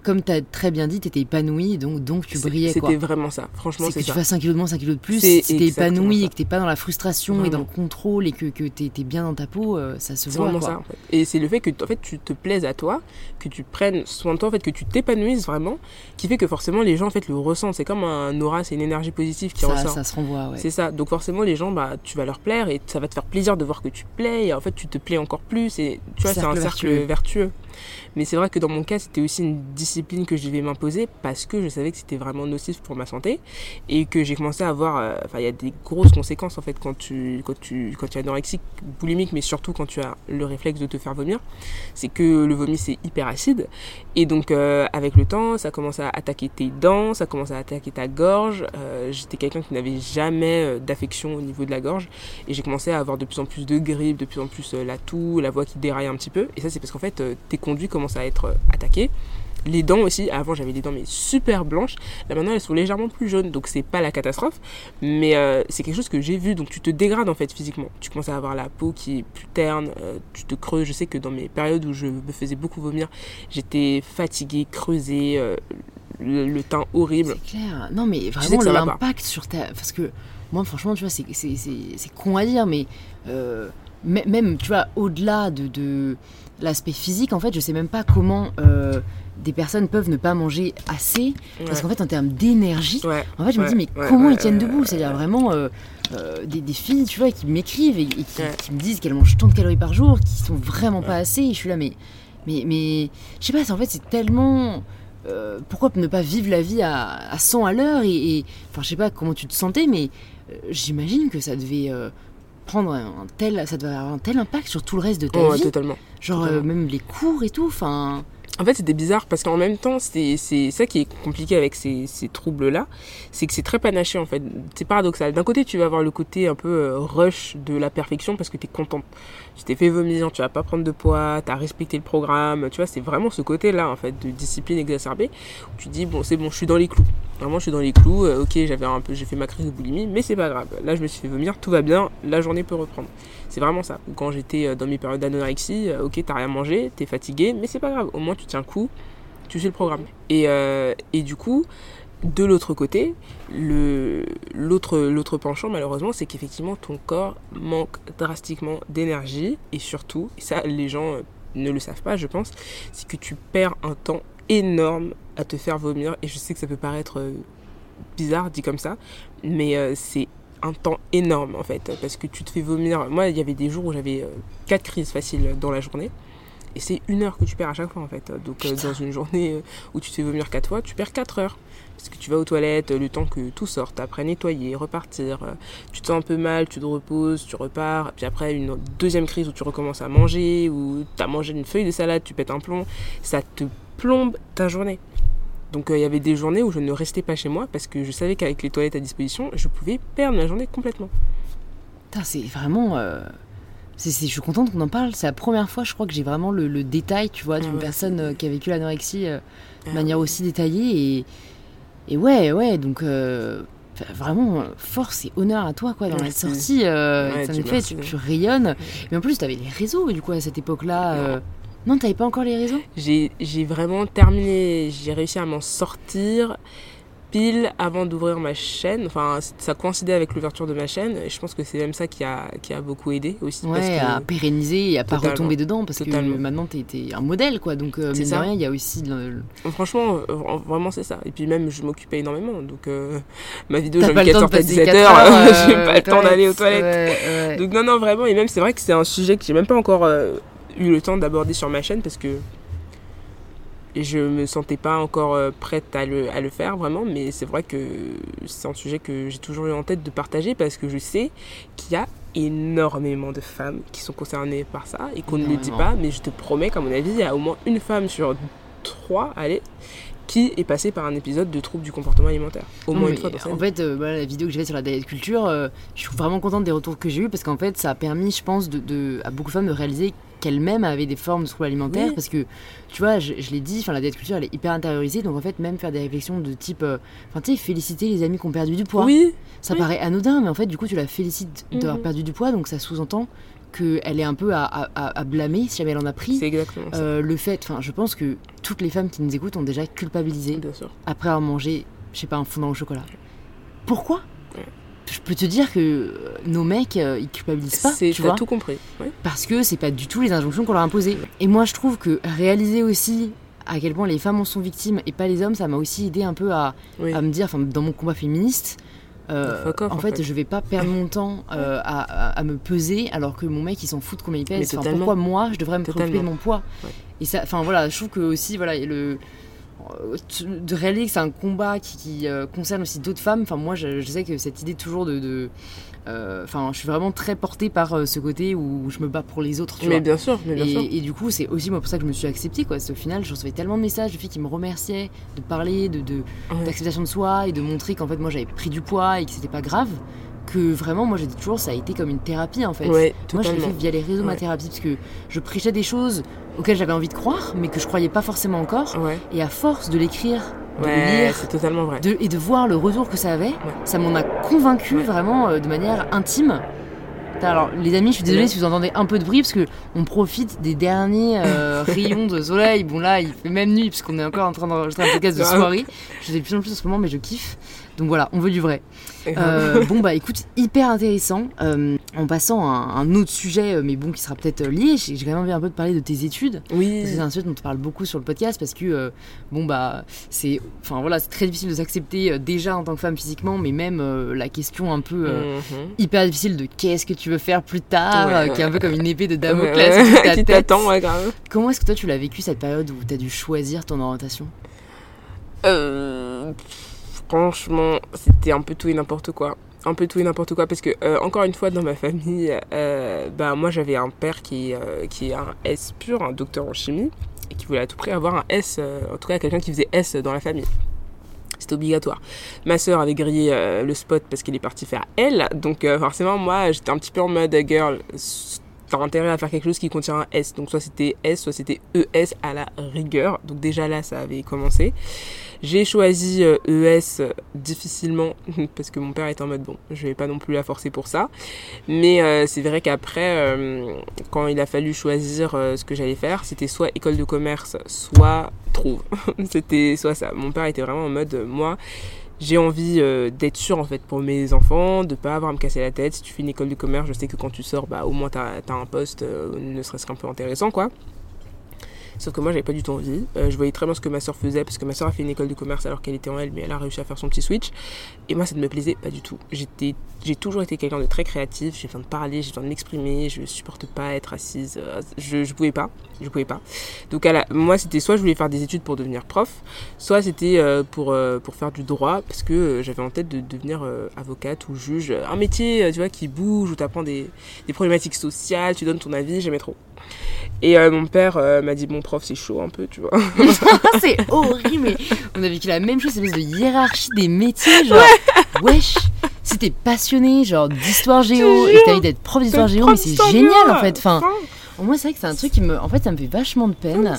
comme tu as très bien dit, tu étais épanouie, donc tu brillais. C'était vraiment ça, franchement, c'est ça. Que tu fasses 1 kilo de moins, 5 kilos de plus, si t'es épanouie et que t'es pas dans la frustration vraiment. Et dans le contrôle et que t'es bien dans ta peau, ça se voit. C'est vraiment ça, en fait. Et c'est le fait que en fait, tu te plaises à toi, que tu prennes soin de toi, en fait, que tu t'épanouisses vraiment, qui fait que forcément les gens en fait le ressentent. C'est comme un aura, c'est une énergie positive qui ressort. Ça se renvoie, ouais. C'est ça. Donc forcément les gens, tu vas leur plaire et ça va te faire plaisir de voir que tu plais. Et en fait, tu te plais encore plus. Et tu vois, c'est un cercle vertueux. Mais c'est vrai que dans mon cas, c'était aussi une discipline que je devais m'imposer parce que je savais que c'était vraiment nocif pour ma santé et que j'ai commencé à avoir, il y a des grosses conséquences en fait quand tu es anorexique, boulimique, mais surtout quand tu as le réflexe de te faire vomir. C'est que le vomi c'est hyper acide et donc avec le temps, ça commence à attaquer tes dents, ça commence à attaquer ta gorge. J'étais quelqu'un qui n'avait jamais d'affection au niveau de la gorge et j'ai commencé à avoir de plus en plus de grippe, de plus en plus la toux, la voix qui déraille un petit peu. Et ça c'est parce qu'en fait tes conduits commencent à être attaqués. Les dents aussi, avant j'avais des dents mais super blanches, là maintenant elles sont légèrement plus jaunes, donc c'est pas la catastrophe, mais c'est quelque chose que j'ai vu, donc tu te dégrades en fait physiquement, tu commences à avoir la peau qui est plus terne, tu te creuses. Je sais que dans mes périodes où je me faisais beaucoup vomir, j'étais fatiguée, creusée, le teint horrible. C'est clair, non mais vraiment l'impact sur ta... Parce que moi franchement tu vois c'est con à dire, mais même tu vois au-delà de l'aspect physique, en fait je sais même pas comment des personnes peuvent ne pas manger assez, parce qu'en fait en termes d'énergie, en fait je me dis mais comment ils tiennent debout, c'est-à-dire vraiment des filles tu vois qui m'écrivent et qui me disent qu'elles mangent tant de calories par jour, qui sont vraiment pas assez, et je suis là mais je sais pas, en fait c'est tellement... pourquoi ne pas vivre la vie à 100 à l'heure et enfin je sais pas comment tu te sentais, mais j'imagine que ça devait ça devait avoir un tel impact sur tout le reste de ta vie. Totalement. Genre même les cours et tout, enfin... En fait, c'était bizarre parce qu'en même temps, c'est ça qui est compliqué avec ces troubles-là, c'est que c'est très panaché en fait. C'est paradoxal. D'un côté, tu vas avoir le côté un peu rush de la perfection parce que tu es contente. Tu t'es fait vomir, tu vas pas prendre de poids, tu as respecté le programme. Tu vois, c'est vraiment ce côté-là en fait de discipline exacerbée où tu dis bon, c'est bon, je suis dans les clous. Vraiment, je suis dans les clous. Ok, j'ai fait ma crise de boulimie, mais c'est pas grave. Là, je me suis fait vomir, tout va bien. La journée peut reprendre. C'est vraiment ça. Quand j'étais dans mes périodes d'anorexie, ok, t'as rien mangé, t'es fatigué, mais c'est pas grave. Au moins, tu tiens le coup, tu suis le programme. Et du coup, de l'autre côté, l'autre penchant, malheureusement, c'est qu'effectivement, ton corps manque drastiquement d'énergie. Et surtout, et ça, les gens ne le savent pas, je pense, c'est que tu perds un temps énorme à te faire vomir. Et je sais que ça peut paraître bizarre dit comme ça, mais c'est un temps énorme en fait, parce que tu te fais vomir. Moi, il y avait des jours où j'avais 4 crises faciles dans la journée, et c'est 1 heure que tu perds à chaque fois en fait. Donc dans une journée où tu te fais vomir 4 fois, tu perds 4 heures. Parce que tu vas aux toilettes, le temps que tout sorte, après nettoyer, repartir, tu te sens un peu mal, tu te reposes, tu repars, puis après une deuxième crise où tu recommences à manger, ou tu as mangé une feuille de salade, tu pètes un plomb, ça te plombe ta journée. Donc il y avait des journées où je ne restais pas chez moi parce que je savais qu'avec les toilettes à disposition, je pouvais perdre ma journée complètement. Putain, c'est vraiment... je suis contente qu'on en parle. C'est la première fois, je crois, que j'ai vraiment le détail, tu vois, d'une personne qui a vécu l'anorexie de manière aussi détaillée. Et ouais, donc... vraiment, force et honneur à toi, quoi, d'en être sortie. En effet, tu rayonnes. Mais en plus, tu avais les réseaux, du coup, à cette époque-là... Non, t'avais pas encore les réseaux ? J'ai vraiment terminé, j'ai réussi à m'en sortir pile avant d'ouvrir ma chaîne. Enfin, ça coïncidait avec l'ouverture de ma chaîne, et je pense que c'est même ça qui a beaucoup aidé aussi. Ouais, parce que, à pérenniser et à pas retomber dedans, parce que maintenant t'es mine de rien, quoi. Donc, mine de rien, il y a aussi... Franchement, vraiment, c'est ça. Et puis même, je m'occupais énormément. Donc, ma vidéo, j'ai envie qu'elle sorte à 17h, j'ai pas le temps d'aller aux toilettes. Ouais. Donc, non, vraiment. Et même, c'est vrai que c'est un sujet que j'ai même pas encore... eu le temps d'aborder sur ma chaîne parce que je me sentais pas encore prête à le faire vraiment, mais c'est vrai que c'est un sujet que j'ai toujours eu en tête de partager parce que je sais qu'il y a énormément de femmes qui sont concernées par ça et qu'on ne le dit pas, mais je te promets qu'à mon avis il y a au moins une femme sur 3 qui est passée par un épisode de trouble du comportement alimentaire. Au moins une fois dans sa vie. En fait, la vidéo que j'ai faite sur la diet culture, je suis vraiment contente des retours que j'ai eus parce qu'en fait, ça a permis, je pense, à beaucoup de femmes de réaliser qu'elles-mêmes avaient des formes de troubles alimentaires. Oui. Parce que, tu vois, je l'ai dit, la diet culture, elle est hyper intériorisée. Donc, en fait, même faire des réflexions de type, tu sais, féliciter les amis qui ont perdu du poids. Oui. Ça paraît anodin, mais en fait, du coup, tu la félicites d'avoir perdu du poids. Donc, ça sous-entend qu'elle est un peu à blâmer si jamais elle en a pris. C'est exactement ça. Le fait, je pense que toutes les femmes qui nous écoutent ont déjà culpabilisé Bien sûr. après avoir mangé, je sais pas, un fondant au chocolat. Pourquoi ? Ouais. Je peux te dire que nos mecs, ils culpabilisent pas, tu vois. T'as tout compris. Ouais. Parce que c'est pas du tout les injonctions qu'on leur a imposées. Et moi, je trouve que réaliser aussi à quel point les femmes en sont victimes et pas les hommes, ça m'a aussi aidé un peu à me dire, dans mon combat féministe, en fait, je vais pas perdre mon temps à me peser alors que mon mec il s'en fout de combien il pèse. Pourquoi moi je devrais me préoccuper de mon poids ? Et ça, je trouve que aussi de réaliser que c'est un combat qui concerne aussi d'autres femmes. Moi, je sais que cette idée toujours je suis vraiment très portée par ce côté où je me bats pour les autres. Tu vois. Bien sûr. Et du coup, c'est aussi moi pour ça que je me suis acceptée, quoi. Au final, je recevais tellement de messages de filles qui me remerciaient de parler d'acceptation de soi et de montrer qu'en fait, moi, j'avais pris du poids et que c'était pas grave. Que vraiment, moi, j'ai dit toujours, ça a été comme une thérapie, en fait. Ouais, moi, je l'ai fait via les réseaux, ma thérapie, parce que je prêchais des choses auxquelles j'avais envie de croire, mais que je croyais pas forcément encore. Ouais. Et à force de l'écrire, de le lire, c'est totalement vrai. Et de voir le retour que ça avait, ça m'en a convaincue vraiment de manière intime. Alors, les amis, je suis désolée si vous entendez un peu de bruit, parce qu'on profite des derniers rayons de soleil. Bon, là, il fait même nuit, parce qu'on est encore en train d'enregistrer un podcast de soirée. Je sais de plus en plus en ce moment, mais je kiffe. Donc voilà, on veut du vrai. Écoute, hyper intéressant. En passant à un autre sujet, mais bon, qui sera peut-être lié, j'ai quand même envie un peu de parler de tes études. Oui. Parce que c'est un sujet dont on parle beaucoup sur le podcast, parce que, c'est très difficile de s'accepter déjà en tant que femme physiquement, mais même la question un peu hyper difficile de qu'est-ce que tu veux faire plus tard, qui est un peu comme une épée de Damoclès qui t'attend, grave. Comment est-ce que toi tu l'as vécu cette période où tu as dû choisir ton orientation ? Franchement, c'était un peu tout et n'importe quoi. Parce que, encore une fois, dans ma famille, moi j'avais un père qui est un S pur, un docteur en chimie, et qui voulait à tout prix avoir un S, en tout cas quelqu'un qui faisait S dans la famille. C'était obligatoire. Ma sœur avait grillé le spot parce qu'elle est partie faire L, donc forcément, moi j'étais un petit peu en mode girl. T'as intérêt à faire quelque chose qui contient un S, donc soit c'était S, soit c'était ES à la rigueur. Donc déjà là, ça avait commencé. J'ai choisi ES difficilement parce que mon père était en mode bon, je vais pas non plus la forcer pour ça. Mais c'est vrai qu'après, quand il a fallu choisir ce que j'allais faire, c'était soit école de commerce, soit trouve. C'était soit ça. Mon père était vraiment en mode moi, j'ai envie d'être sûre en fait pour mes enfants, de pas avoir à me casser la tête. Si tu fais une école de commerce, je sais que quand tu sors, au moins t'as un poste, ne serait-ce qu'un peu intéressant, quoi. Sauf que moi j'avais pas du tout envie. Je voyais très bien ce que ma soeur faisait, parce que ma soeur a fait une école de commerce alors qu'elle était en L, mais elle a réussi à faire son petit switch. Et moi ça ne me plaisait pas du tout. J'ai toujours été quelqu'un de très créatif, j'ai besoin de parler, j'ai besoin de m'exprimer, je supporte pas être assise, je pouvais pas. Donc moi c'était soit je voulais faire des études pour devenir prof, soit c'était pour faire du droit, parce que j'avais en tête de devenir avocate ou juge, un métier tu vois qui bouge, où tu apprends des problématiques sociales, tu donnes ton avis, j'aimais trop. Et mon père m'a dit bon, prof c'est chaud un peu, tu vois. C'est horrible, mais on a vécu la même chose, cette espèce de hiérarchie des métiers, genre wesh, si t'es passionné genre d'histoire géo et que t'as envie d'être prof d'histoire géo, mais c'est génial en fait. Moi c'est vrai que c'est un truc ça me fait vachement de peine.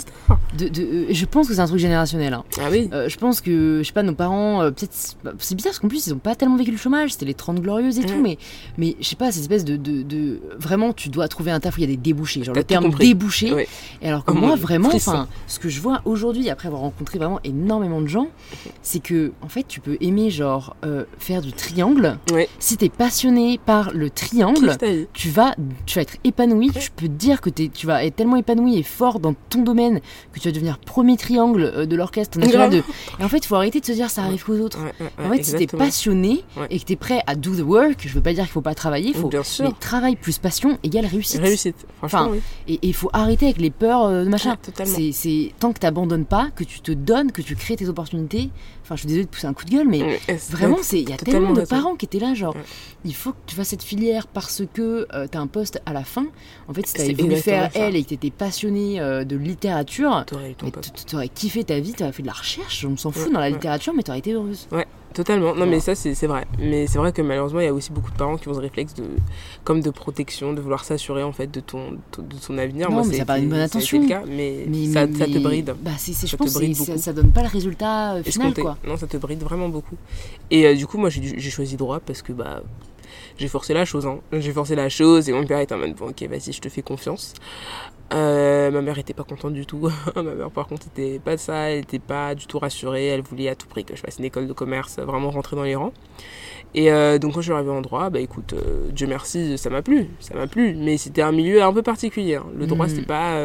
Je pense que c'est un truc générationnel. Ah oui. Je pense que, je sais pas, nos parents, peut-être, c'est bizarre parce qu'en plus ils ont pas tellement vécu le chômage, c'était les 30 glorieuses et tout, mais je sais pas, cette espèce de vraiment tu dois trouver un taf où il y a des débouchés, genre le terme débouché. Ouais. Et alors que moi vraiment, ce que je vois aujourd'hui après avoir rencontré vraiment énormément de gens, c'est que en fait tu peux aimer genre faire du triangle. Ouais. Si t'es passionné par le triangle, tu vas être épanoui. Je peux te dire que tu vas être tellement épanoui et fort dans ton domaine que tu vas devenir premier triangle de l'orchestre national. Et en fait, il faut arrêter de se dire ça arrive qu'aux autres. En fait, si t'es passionné et que t'es prêt à do the work, je veux pas dire qu'il faut pas travailler, mais travail plus passion égale réussite. Franchement, oui. Et il faut arrêter avec les peurs de machin. C'est tant que t'abandonnes pas, que tu te donnes, que tu crées tes opportunités. Enfin, je suis désolée de pousser un coup de gueule, mais vraiment, il y a tellement de parents qui étaient là, genre, il faut que tu fasses cette filière parce que t'as un poste à la fin. En fait, si t'avais voulu faire elle et que t'étais passionné de littérature, t'aurais kiffé ta vie, t'aurais fait de la recherche, on s'en fout dans la littérature, mais t'aurais été heureuse. Ouais. Totalement. Non, Voilà. mais ça, c'est vrai. Mais c'est vrai que malheureusement, il y a aussi beaucoup de parents qui ont ce réflexe comme de protection, de vouloir s'assurer en fait de ton avenir. Non, Moi, mais ça paraît une bonne ça a été intention. le cas, mais ça te bride. Bah, je te pense bride que beaucoup. ça donne pas le résultat final, Escompté. quoi. Non, ça te bride vraiment beaucoup. Et du coup, moi, j'ai choisi droit parce que j'ai forcé la chose. Hein. J'ai forcé la chose et mon père était en mode bon, ok, vas-y, je te fais confiance. Ma mère était pas contente du tout. Ma mère, par contre, était pas de ça. Elle était pas du tout rassurée. Elle voulait à tout prix que je fasse une école de commerce, vraiment rentrer dans les rangs. Et donc, quand je suis arrivée en droit, écoute, Dieu merci, ça m'a plu. Ça m'a plu. Mais c'était un milieu un peu particulier. Hein. Le droit, c'est pas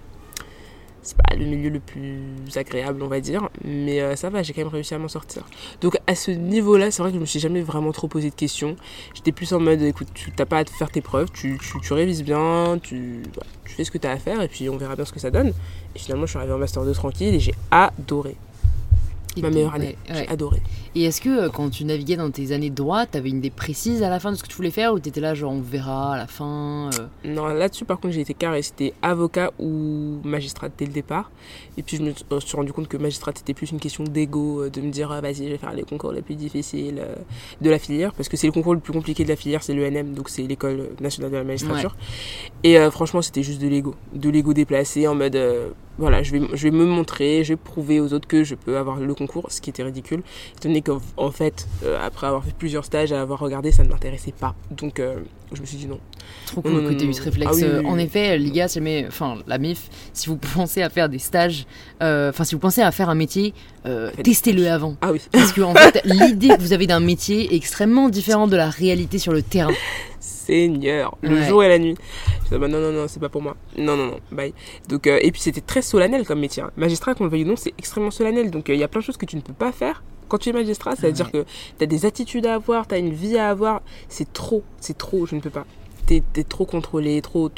le milieu le plus agréable, on va dire, mais ça va, j'ai quand même réussi à m'en sortir. Donc à ce niveau-là, c'est vrai que je me suis jamais vraiment trop posé de questions. J'étais plus en mode, écoute, tu n'as pas à te faire tes preuves, tu révises bien, tu fais ce que tu as à faire et puis on verra bien ce que ça donne. Et finalement, je suis arrivée en Master 2 tranquille et j'ai adoré. Ma meilleure année, j'ai adoré. Et est-ce que quand tu naviguais dans tes années de droit, t'avais une idée précise à la fin de ce que tu voulais faire ou t'étais là genre on verra à la fin Non, là-dessus par contre j'ai été carré, c'était avocat ou magistrat dès le départ. Et puis je me suis rendu compte que magistrat c'était plus une question d'ego, de me dire vas-y je vais faire les concours les plus difficiles de la filière, parce que c'est le concours le plus compliqué de la filière, c'est l'ENM, donc c'est l'école nationale de la magistrature. Ouais. Et franchement c'était juste de l'ego déplacé en mode... voilà, je vais me montrer, je vais prouver aux autres que je peux avoir le concours, ce qui était ridicule. Étant donné qu'en fait, après avoir fait plusieurs stages, à avoir regardé, ça ne m'intéressait pas. Donc, je me suis dit non. Trop cool que tu aies eu ce réflexe. Ah, oui. En effet, les gars, la MIF, si vous pensez à faire des stages, si vous pensez à faire un métier, testez-le avant. Ah oui. Parce que en fait, l'idée que vous avez d'un métier est extrêmement différente de la réalité sur le terrain. Seigneur, le jour et la nuit. Je dis, non, c'est pas pour moi. Non, bye. Donc, et puis c'était très solennel comme métier. Hein. Magistrat, qu'on le veuille ou non, c'est extrêmement solennel. Donc il y a plein de choses que tu ne peux pas faire quand tu es magistrat. C'est-à-dire que tu as des attitudes à avoir, tu as une vie à avoir. C'est trop, je ne peux pas. T'es trop contrôlé, trop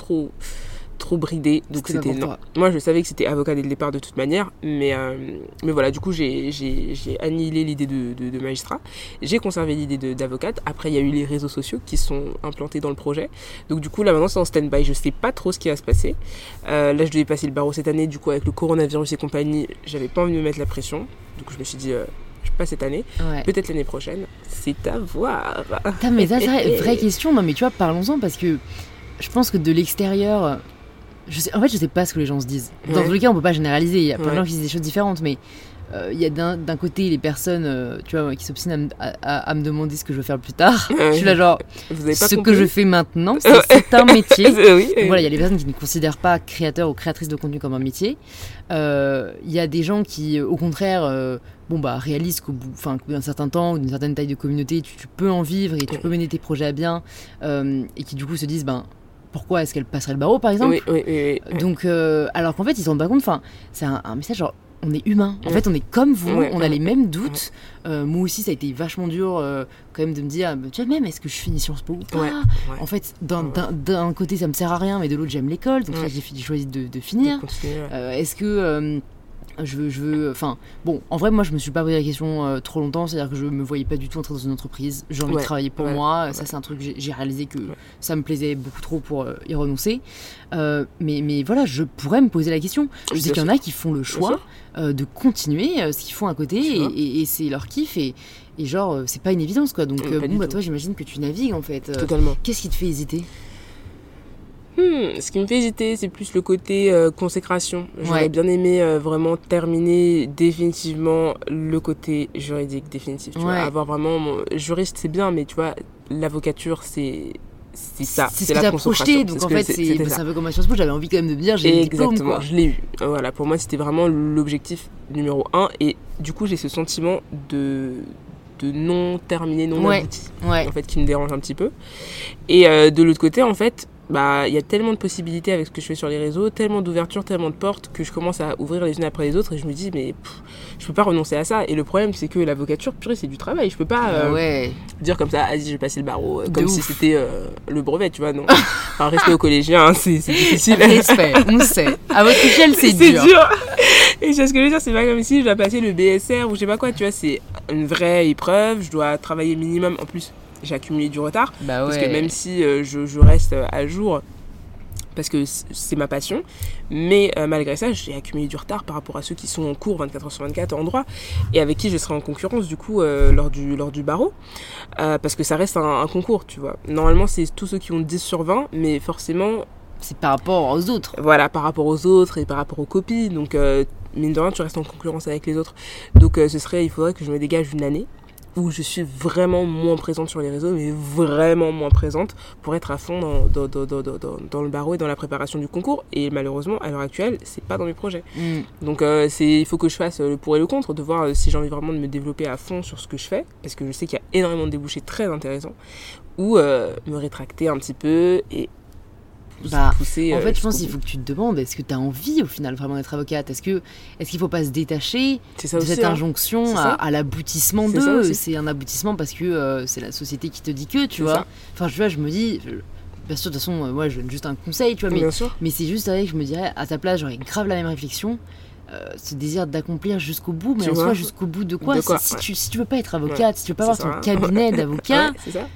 bridé, donc c'était non. Moi je savais que c'était avocat dès le départ de toute manière, mais voilà, du coup j'ai annihilé l'idée de magistrat, j'ai conservé l'idée d'avocate. Après il y a eu les réseaux sociaux qui sont implantés dans le projet, donc du coup là maintenant c'est en stand-by, je sais pas trop ce qui va se passer. Là je devais passer le barreau cette année, du coup avec le coronavirus et compagnie, j'avais pas envie de me mettre la pression, donc je me suis dit pas cette année, peut-être l'année prochaine, c'est à voir. Mais ça c'est une vraie question. Non mais tu vois, parlons-en, parce que je pense que de l'extérieur, je sais pas ce que les gens se disent. Dans tous les cas, on peut pas généraliser. Il y a plein de gens qui disent des choses différentes, mais il y a d'un côté les personnes, tu vois, qui s'obstinent à me demander ce que je veux faire plus tard. Je suis là genre, ce que je fais maintenant, c'est un métier. Voilà, il y a les personnes qui ne considèrent pas créateur ou créatrice de contenu comme un métier. Il y a des gens qui, au contraire, réalisent qu'au bout d'un certain temps ou d'une certaine taille de communauté, tu peux en vivre et tu peux mener tes projets à bien, et qui du coup se disent pourquoi est-ce qu'elle passerait le barreau, par exemple. Oui. Donc, alors qu'en fait, ils se rendent pas compte. C'est un message genre, on est humain. En fait, on est comme vous, on a les mêmes doutes. Moi aussi, ça a été vachement dur quand même de me dire, tu vois, même, est-ce que je finis Sciences Po ou pas En fait, d'un côté, ça me sert à rien, mais de l'autre, j'aime l'école. Donc, j'ai choisi de finir. Est-ce que... je veux en vrai moi je me suis pas posé la question trop longtemps, c'est à dire que je me voyais pas du tout entrer dans une entreprise, j'ai envie de travailler pour moi, ça c'est un truc que j'ai réalisé que ça me plaisait beaucoup trop pour y renoncer, mais voilà, je pourrais me poser la question. Je sais qu'il y en a qui font le choix de continuer ce qu'ils font à côté et c'est leur kiff et genre c'est pas une évidence quoi, donc toi j'imagine que tu navigues en fait. Totalement. Qu'est-ce qui te fait hésiter? Ce qui me fait hésiter, c'est plus le côté consécration. J'aurais bien aimé vraiment terminer définitivement le côté juridique définitif. Tu vois, avoir vraiment juriste, c'est bien, mais tu vois, l'avocature, c'est ça. C'est la consécration. Donc en fait, c'est un peu comme à Sciences Po. J'avais envie quand même de me dire, j'ai le diplôme. Exactement, je l'ai eu. Voilà, pour moi, c'était vraiment l'objectif numéro 1. Et du coup, j'ai ce sentiment de non terminé, non abouti, en fait, qui me dérange un petit peu. Et de l'autre côté, en fait, il y a tellement de possibilités avec ce que je fais sur les réseaux, tellement d'ouvertures, tellement de portes que je commence à ouvrir les unes après les autres et je me dis mais je peux pas renoncer à ça. Et le problème c'est que l'avocature, purée, c'est du travail, je peux pas dire comme ça, vas-y je vais passer le barreau comme si c'était le brevet, tu vois, non. Enfin, respect aux collégiens, hein, c'est difficile. Respect, on sait. À votre échelle c'est dur. Et ce que je veux dire, c'est pas comme si je dois passer le BSR ou je sais pas quoi, tu vois, c'est une vraie épreuve, je dois travailler minimum, en plus j'ai accumulé du retard, parce que même si je reste à jour parce que c'est ma passion, mais malgré ça j'ai accumulé du retard par rapport à ceux qui sont en cours 24h/24 en droit et avec qui je serai en concurrence du coup lors du barreau, parce que ça reste un concours, tu vois. Normalement c'est tous ceux qui ont 10/20, mais forcément c'est par rapport aux autres. Voilà, par rapport aux autres et par rapport aux copies, donc mine de rien tu restes en concurrence avec les autres, donc il faudrait que je me dégage une année où je suis vraiment moins présente sur les réseaux, mais vraiment moins présente pour être à fond dans le barreau et dans la préparation du concours. Et malheureusement, à l'heure actuelle, c'est pas dans mes projets. Donc il faut que je fasse le pour et le contre, de voir si j'ai envie vraiment de me développer à fond sur ce que je fais, parce que je sais qu'il y a énormément de débouchés très intéressants, ou me rétracter un petit peu et pousser, en fait, je pense qu'il faut que tu te demandes, est-ce que tu as envie au final vraiment d'être avocate ? Est-ce qu'il ne faut pas se détacher de cette injonction à l'aboutissement d'eux ? C'est un aboutissement parce que c'est la société qui te dit que, tu vois. Enfin, tu vois, je me dis, bien sûr, de toute façon, moi, je donne juste un conseil, tu vois, mais c'est juste vrai que je me dirais, à ta place, j'aurais grave la même réflexion. Ce désir d'accomplir jusqu'au bout, mais en soi, jusqu'au bout de quoi ? Si tu veux pas être avocate, si tu veux pas avoir ton cabinet d'avocat, c'est ça.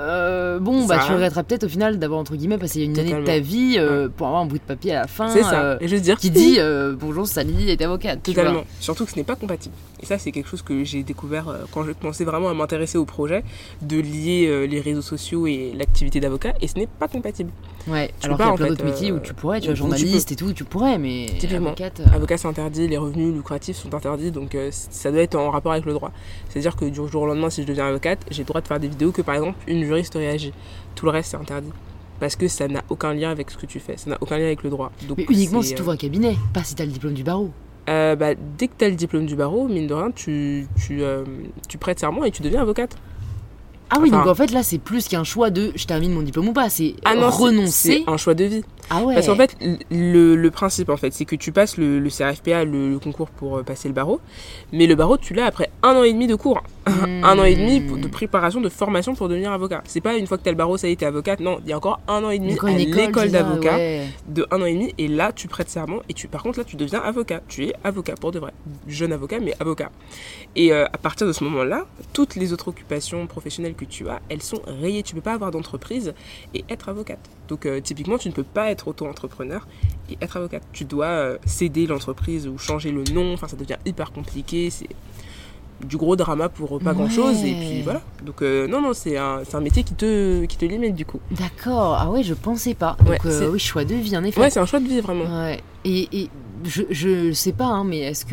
Tu regretteras peut-être au final d'avoir entre guillemets passé une année de ta vie pour avoir un bout de papier à la fin et je veux dire qui dit bonjour Sally est avocate. Totalement. Surtout que ce n'est pas compatible. Et ça c'est quelque chose que j'ai découvert quand je commençais vraiment à m'intéresser au projet, de lier les réseaux sociaux et l'activité d'avocat, et ce n'est pas compatible. Ouais, alors qu'il y a plein d'autres métiers où tu pourrais, tu vois, journaliste et tout, tu pourrais, mais typiquement, avocat c'est interdit, les revenus lucratifs sont interdits, donc ça doit être en rapport avec le droit. C'est-à-dire que du jour au lendemain, si je deviens avocate, j'ai le droit de faire des vidéos que par exemple une juriste réagit. Tout le reste c'est interdit. Parce que ça n'a aucun lien avec ce que tu fais, ça n'a aucun lien avec le droit. Donc, mais uniquement si tu ouvres un cabinet, pas si tu as le diplôme du barreau. Dès que tu as le diplôme du barreau, mine de rien, tu prêtes serment et tu deviens avocate. Ah oui, donc en fait là c'est plus qu'un choix de je termine mon diplôme ou pas, c'est renoncer. C'est un choix de vie. Ah ouais. Parce qu'en fait, le principe en fait, c'est que tu passes le CRFPA, le concours pour passer le barreau, mais le barreau tu l'as après 1 an et demi de cours, 1 an et demi de préparation, de formation pour devenir avocat. C'est pas une fois que t'as le barreau ça y est t'es avocate, non, il y a encore 1 an et demi à l'école d'avocat de 1 an et demi, et là tu prêtes serment et par contre là tu deviens avocat, tu es avocat pour de vrai, jeune avocat mais avocat. Et à partir de ce moment-là, toutes les autres occupations professionnelles que tu as, elles sont rayées. Tu peux pas avoir d'entreprise et être avocate. Donc typiquement, tu ne peux pas être auto-entrepreneur et être avocate. Tu dois céder l'entreprise ou changer le nom. Enfin, ça devient hyper compliqué. C'est du gros drama pour pas grand-chose. Et puis voilà. Donc non, c'est un métier qui te limite du coup. D'accord. Ah ouais, je pensais pas. Donc oui, choix de vie en effet. Ouais, c'est un choix de vie vraiment. Ouais. Et je sais pas, hein, mais est-ce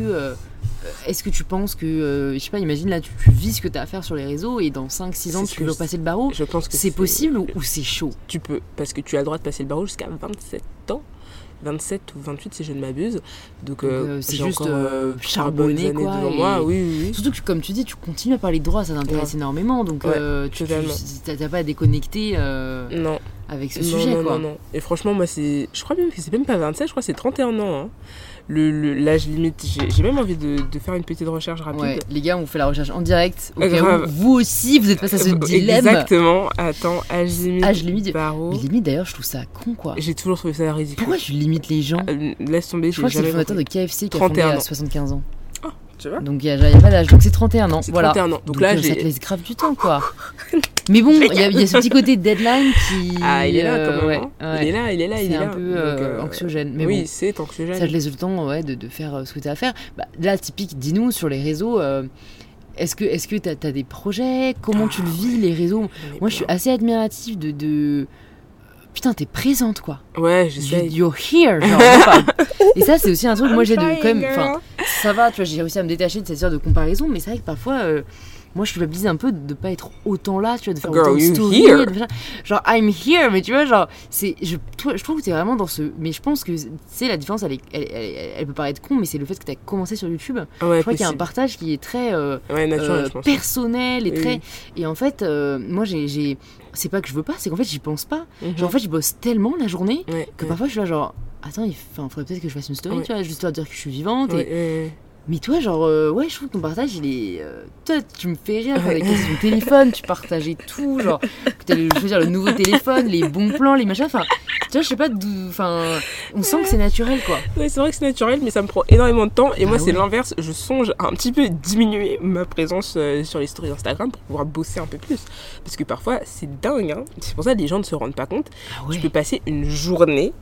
que tu penses que, je sais pas, imagine là, tu vis ce que tu as à faire sur les réseaux et dans 5-6 ans, tu veux passer le barreau. Je pense que c'est possible ou c'est chaud ? Tu peux, parce que tu as le droit de passer le barreau jusqu'à 27 ans. 27 ou 28 si je ne m'abuse. Donc c'est juste charbonné quoi. Devant moi. Oui. Surtout que comme tu dis, tu continues à parler de droit, ça t'intéresse énormément. Donc tu n'as pas à déconnecter non. avec ce sujet quoi. Non. Et franchement, moi je crois même que c'est même pas 27, je crois que c'est 31 ans. Hein. L'âge limite, j'ai même envie de faire une petite recherche rapide. Ouais, les gars, on fait la recherche en direct. Vous aussi, vous êtes face à ce dilemme. Exactement. Attends, âge limite barreau. Mais limite, d'ailleurs, je trouve ça con, quoi. J'ai toujours trouvé ça ridicule. Pourquoi tu limites les gens ? Laisse tomber. Je crois que c'est le fondateur de KFC qui a fondé à 75 ans. Oh, tu vois ? Donc, il n'y a pas d'âge. Donc, c'est 31 ans. C'est voilà. 31 ans. Donc là, ça te laisse grave du temps, quoi. Mais bon, il y a ce petit côté deadline qui... Ah, il est là quand même. Ouais. Il est là. C'est un peu anxiogène. Mais oui, bon, c'est anxiogène. Ça te laisse le temps de faire ce que tu as à faire. Là, typique, dis-nous, sur les réseaux... Est-ce que t'as des projets ? Comment tu le vis, les réseaux ? Moi, je suis assez admirative de... Putain, t'es présente, quoi. Ouais, j'essaie. You're here, genre. Et ça, c'est aussi un truc que moi, j'ai quand même... Enfin, ça va, tu vois, j'ai réussi à me détacher de cette sorte de comparaison, mais c'est vrai que parfois... moi, je culpabilise un peu de pas être autant là, tu vois, de faire autant de stories. Genre, I'm here, mais tu vois, genre, je trouve que t'es vraiment dans ce... Mais je pense que, tu sais, la différence, elle peut paraître con, mais c'est le fait que t'as commencé sur YouTube. Ouais, je crois qu'il y a un partage qui est très naturel, personnel et très... Et en fait, moi, c'est pas que je veux pas, c'est qu'en fait, j'y pense pas. Genre, en fait, je bosse tellement la journée que parfois, je suis là, genre... Attends, faudrait peut-être que je fasse une story, tu vois, juste pour dire que je suis vivante. Mais toi, genre, je trouve que ton partage, il est... toi, tu me fais rire, avec ton téléphone, tu partageais tout, genre, que t'allais choisir le nouveau téléphone, les bons plans, les machins, enfin, tu vois, je sais pas d'où... Enfin, on sent que c'est naturel, quoi. Ouais, c'est vrai que c'est naturel, mais ça me prend énormément de temps, et moi, c'est l'inverse, je songe à un petit peu diminuer ma présence sur les stories Instagram pour pouvoir bosser un peu plus. Parce que parfois, c'est dingue, hein. C'est pour ça que les gens ne se rendent pas compte. Tu peux passer une journée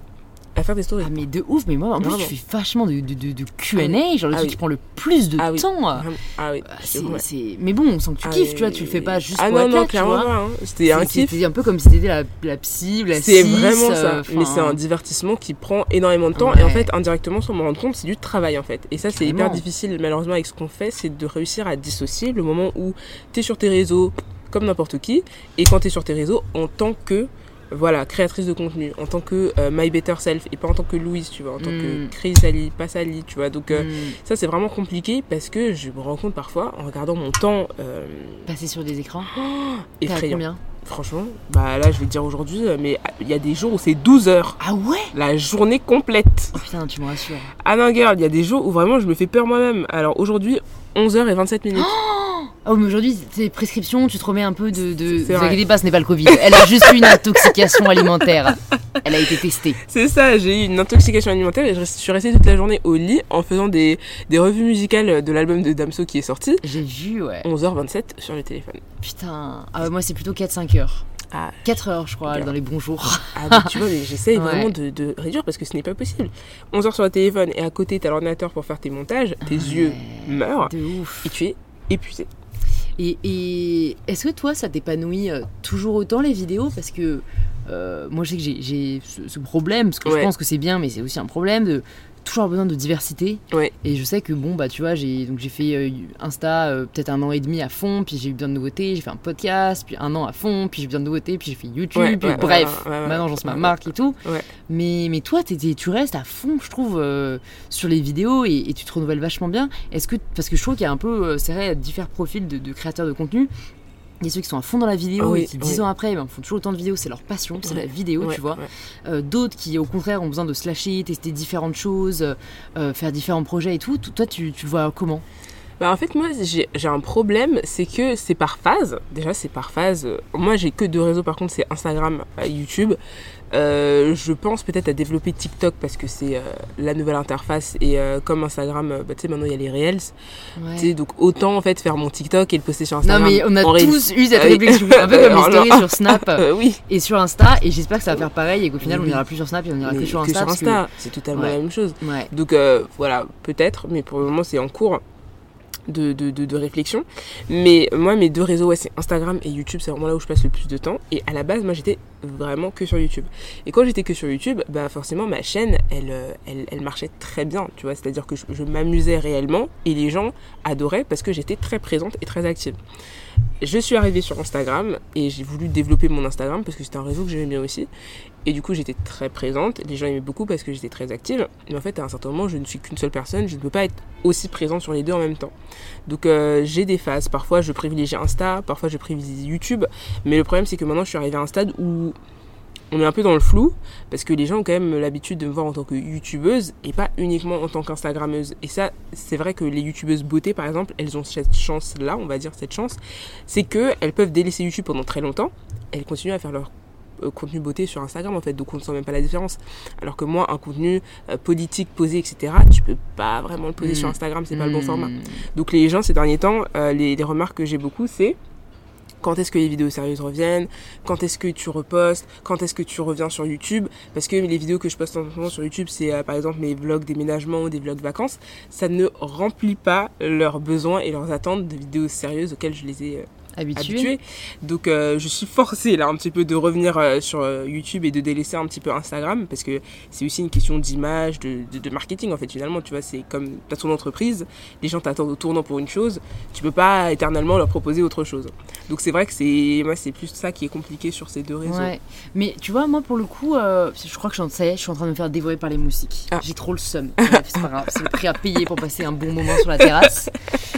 à faire des stories. Ah mais de ouf, mais moi en plus Vraiment. je fais vachement de Q&A, genre le truc qui prend le plus de temps. Ah oui, Mais bon, on sent que tu kiffes, tu vois, tu le fais pas juste pour être là, non, tu clairement vois. pas, hein. C'était un kiff. C'était un peu comme si t'étais la psy ou la C'est cis, vraiment ça, mais c'est un divertissement qui prend énormément de temps et en fait indirectement sans me rendre compte c'est du travail en fait et ça c'est hyper difficile malheureusement avec ce qu'on fait, c'est de réussir à dissocier le moment où t'es sur tes réseaux comme n'importe qui et quand t'es sur tes réseaux en tant que créatrice de contenu, en tant que My Better Self et pas en tant que Louise, tu vois, en tant que Crazy Sally, pas Sally, tu vois. Donc ça c'est vraiment compliqué parce que je me rends compte parfois en regardant mon temps passer sur des écrans. Effrayant. Combien ? Franchement, là je vais te dire aujourd'hui, mais il y a des jours où c'est 12 heures. Ah ouais ? La journée complète. Oh putain, tu me rassures. Ah non girl, il y a des jours où vraiment je me fais peur moi-même. Alors aujourd'hui, 11h27. Oh mais aujourd'hui, tes prescriptions, tu te remets un peu de... C'est Vous vrai. inquiétez pas, ce n'est pas le Covid. Elle a juste eu une intoxication alimentaire. Elle a été testée. C'est ça, j'ai eu une intoxication alimentaire et je suis restée toute la journée au lit en faisant des revues musicales de l'album de Damso qui est sorti. J'ai vu, ouais. 11h27 sur le téléphone. Putain. Ah ouais, moi c'est plutôt 4-5 heures. Ah, 4 heures, je crois, bien. dans les bons jours. Ah mais tu vois, mais j'essaye Ouais. vraiment de réduire parce que ce n'est pas possible. 11h sur le téléphone et à côté t'as l'ordinateur pour faire tes montages, tes yeux meurent De ouf. et tu es épuisé. Et est-ce que toi, ça t'épanouit toujours autant les vidéos ? Parce que moi, je sais que j'ai ce problème, parce que je pense que c'est bien, mais c'est aussi un problème de toujours avoir besoin de diversité. Ouais. Et je sais que bon, bah tu vois, j'ai fait Insta peut-être 1 an et demi à fond, puis j'ai eu besoin de nouveautés, j'ai fait un podcast, puis 1 an à fond, puis j'ai eu besoin de nouveautés, puis j'ai fait YouTube, puis bref, maintenant j'en sais ma marque et tout. Ouais. Mais toi, tu restes à fond, je trouve, sur les vidéos et tu te renouvelles vachement bien. Parce que je trouve qu'il y a un peu, c'est vrai, différents profils de créateurs de contenu. Il y a ceux qui sont à fond dans la vidéo et qui 10 ans après font toujours autant de vidéos, c'est leur passion, c'est la vidéo, tu vois. D'autres qui au contraire ont besoin de se lâcher, tester différentes choses, faire différents projets et tout. Toi tu le vois comment ? Bah en fait moi j'ai un problème, c'est que c'est par phase. Déjà c'est par phase. Moi j'ai que 2 réseaux par contre, c'est Instagram, YouTube. Je pense peut-être à développer TikTok parce que c'est la nouvelle interface et comme Instagram, tu sais maintenant il y a les Reels. Ouais. Tu sais donc autant en fait faire mon TikTok et le poster sur Instagram. Non mais on a en tous Reels. eu cette réflexion, un peu comme les stories sur Snap oui. et sur Insta, et j'espère que ça va faire pareil et qu'au final on ira plus sur Snap et on ira Mais que sur Insta. c'est totalement la même chose. Ouais. Donc voilà, peut-être, mais pour le moment c'est en cours de réflexion. Mais moi mes 2 réseaux c'est Instagram et YouTube, c'est vraiment là où je passe le plus de temps. Et à la base moi j'étais vraiment que sur YouTube. Et quand j'étais que sur YouTube, bah forcément ma chaîne elle marchait très bien, tu vois, c'est-à-dire que je m'amusais réellement et les gens adoraient parce que j'étais très présente et très active. Je suis arrivée sur Instagram et j'ai voulu développer mon Instagram parce que c'était un réseau que j'aimais bien aussi. Et du coup, j'étais très présente. Les gens aimaient beaucoup parce que j'étais très active. Mais en fait, à un certain moment, je ne suis qu'une seule personne. Je ne peux pas être aussi présente sur les 2 en même temps. Donc, j'ai des phases. Parfois, je privilégie Insta. Parfois, je privilégie YouTube. Mais le problème, c'est que maintenant, je suis arrivée à un stade où on est un peu dans le flou. Parce que les gens ont quand même l'habitude de me voir en tant que youtubeuse et pas uniquement en tant qu'instagrammeuse. Et ça, c'est vrai que les youtubeuses beauté, par exemple, elles ont cette chance-là, on va dire cette chance. C'est qu'elles peuvent délaisser YouTube pendant très longtemps. Elles continuent à faire leur contenu beauté sur Instagram en fait, donc on ne sent même pas la différence, alors que moi un contenu politique posé etc, tu peux pas vraiment le poser sur Instagram, c'est pas le bon format. Donc les gens ces derniers temps, les remarques que j'ai beaucoup, c'est quand est-ce que les vidéos sérieuses reviennent, quand est-ce que tu repostes, quand est-ce que tu reviens sur YouTube, parce que les vidéos que je poste en ce moment sur YouTube, c'est par exemple mes vlogs déménagement ou des vlogs vacances, ça ne remplit pas leurs besoins et leurs attentes de vidéos sérieuses auxquelles je les ai habitué. Donc je suis forcée là un petit peu de revenir sur YouTube et de délaisser un petit peu Instagram parce que c'est aussi une question d'image, de marketing en fait finalement, tu vois, c'est comme t'as ton entreprise, les gens t'attendent au tournant pour une chose, tu peux pas éternellement leur proposer autre chose. Donc c'est vrai que c'est plus ça qui est compliqué sur ces 2 réseaux. Ouais. Mais tu vois, moi pour le coup, je crois que ça y est, je suis en train de me faire dévorer par les moustiques. J'ai trop le seum. Bref, c'est pas grave, c'est le prix à payer pour passer un bon moment sur la terrasse.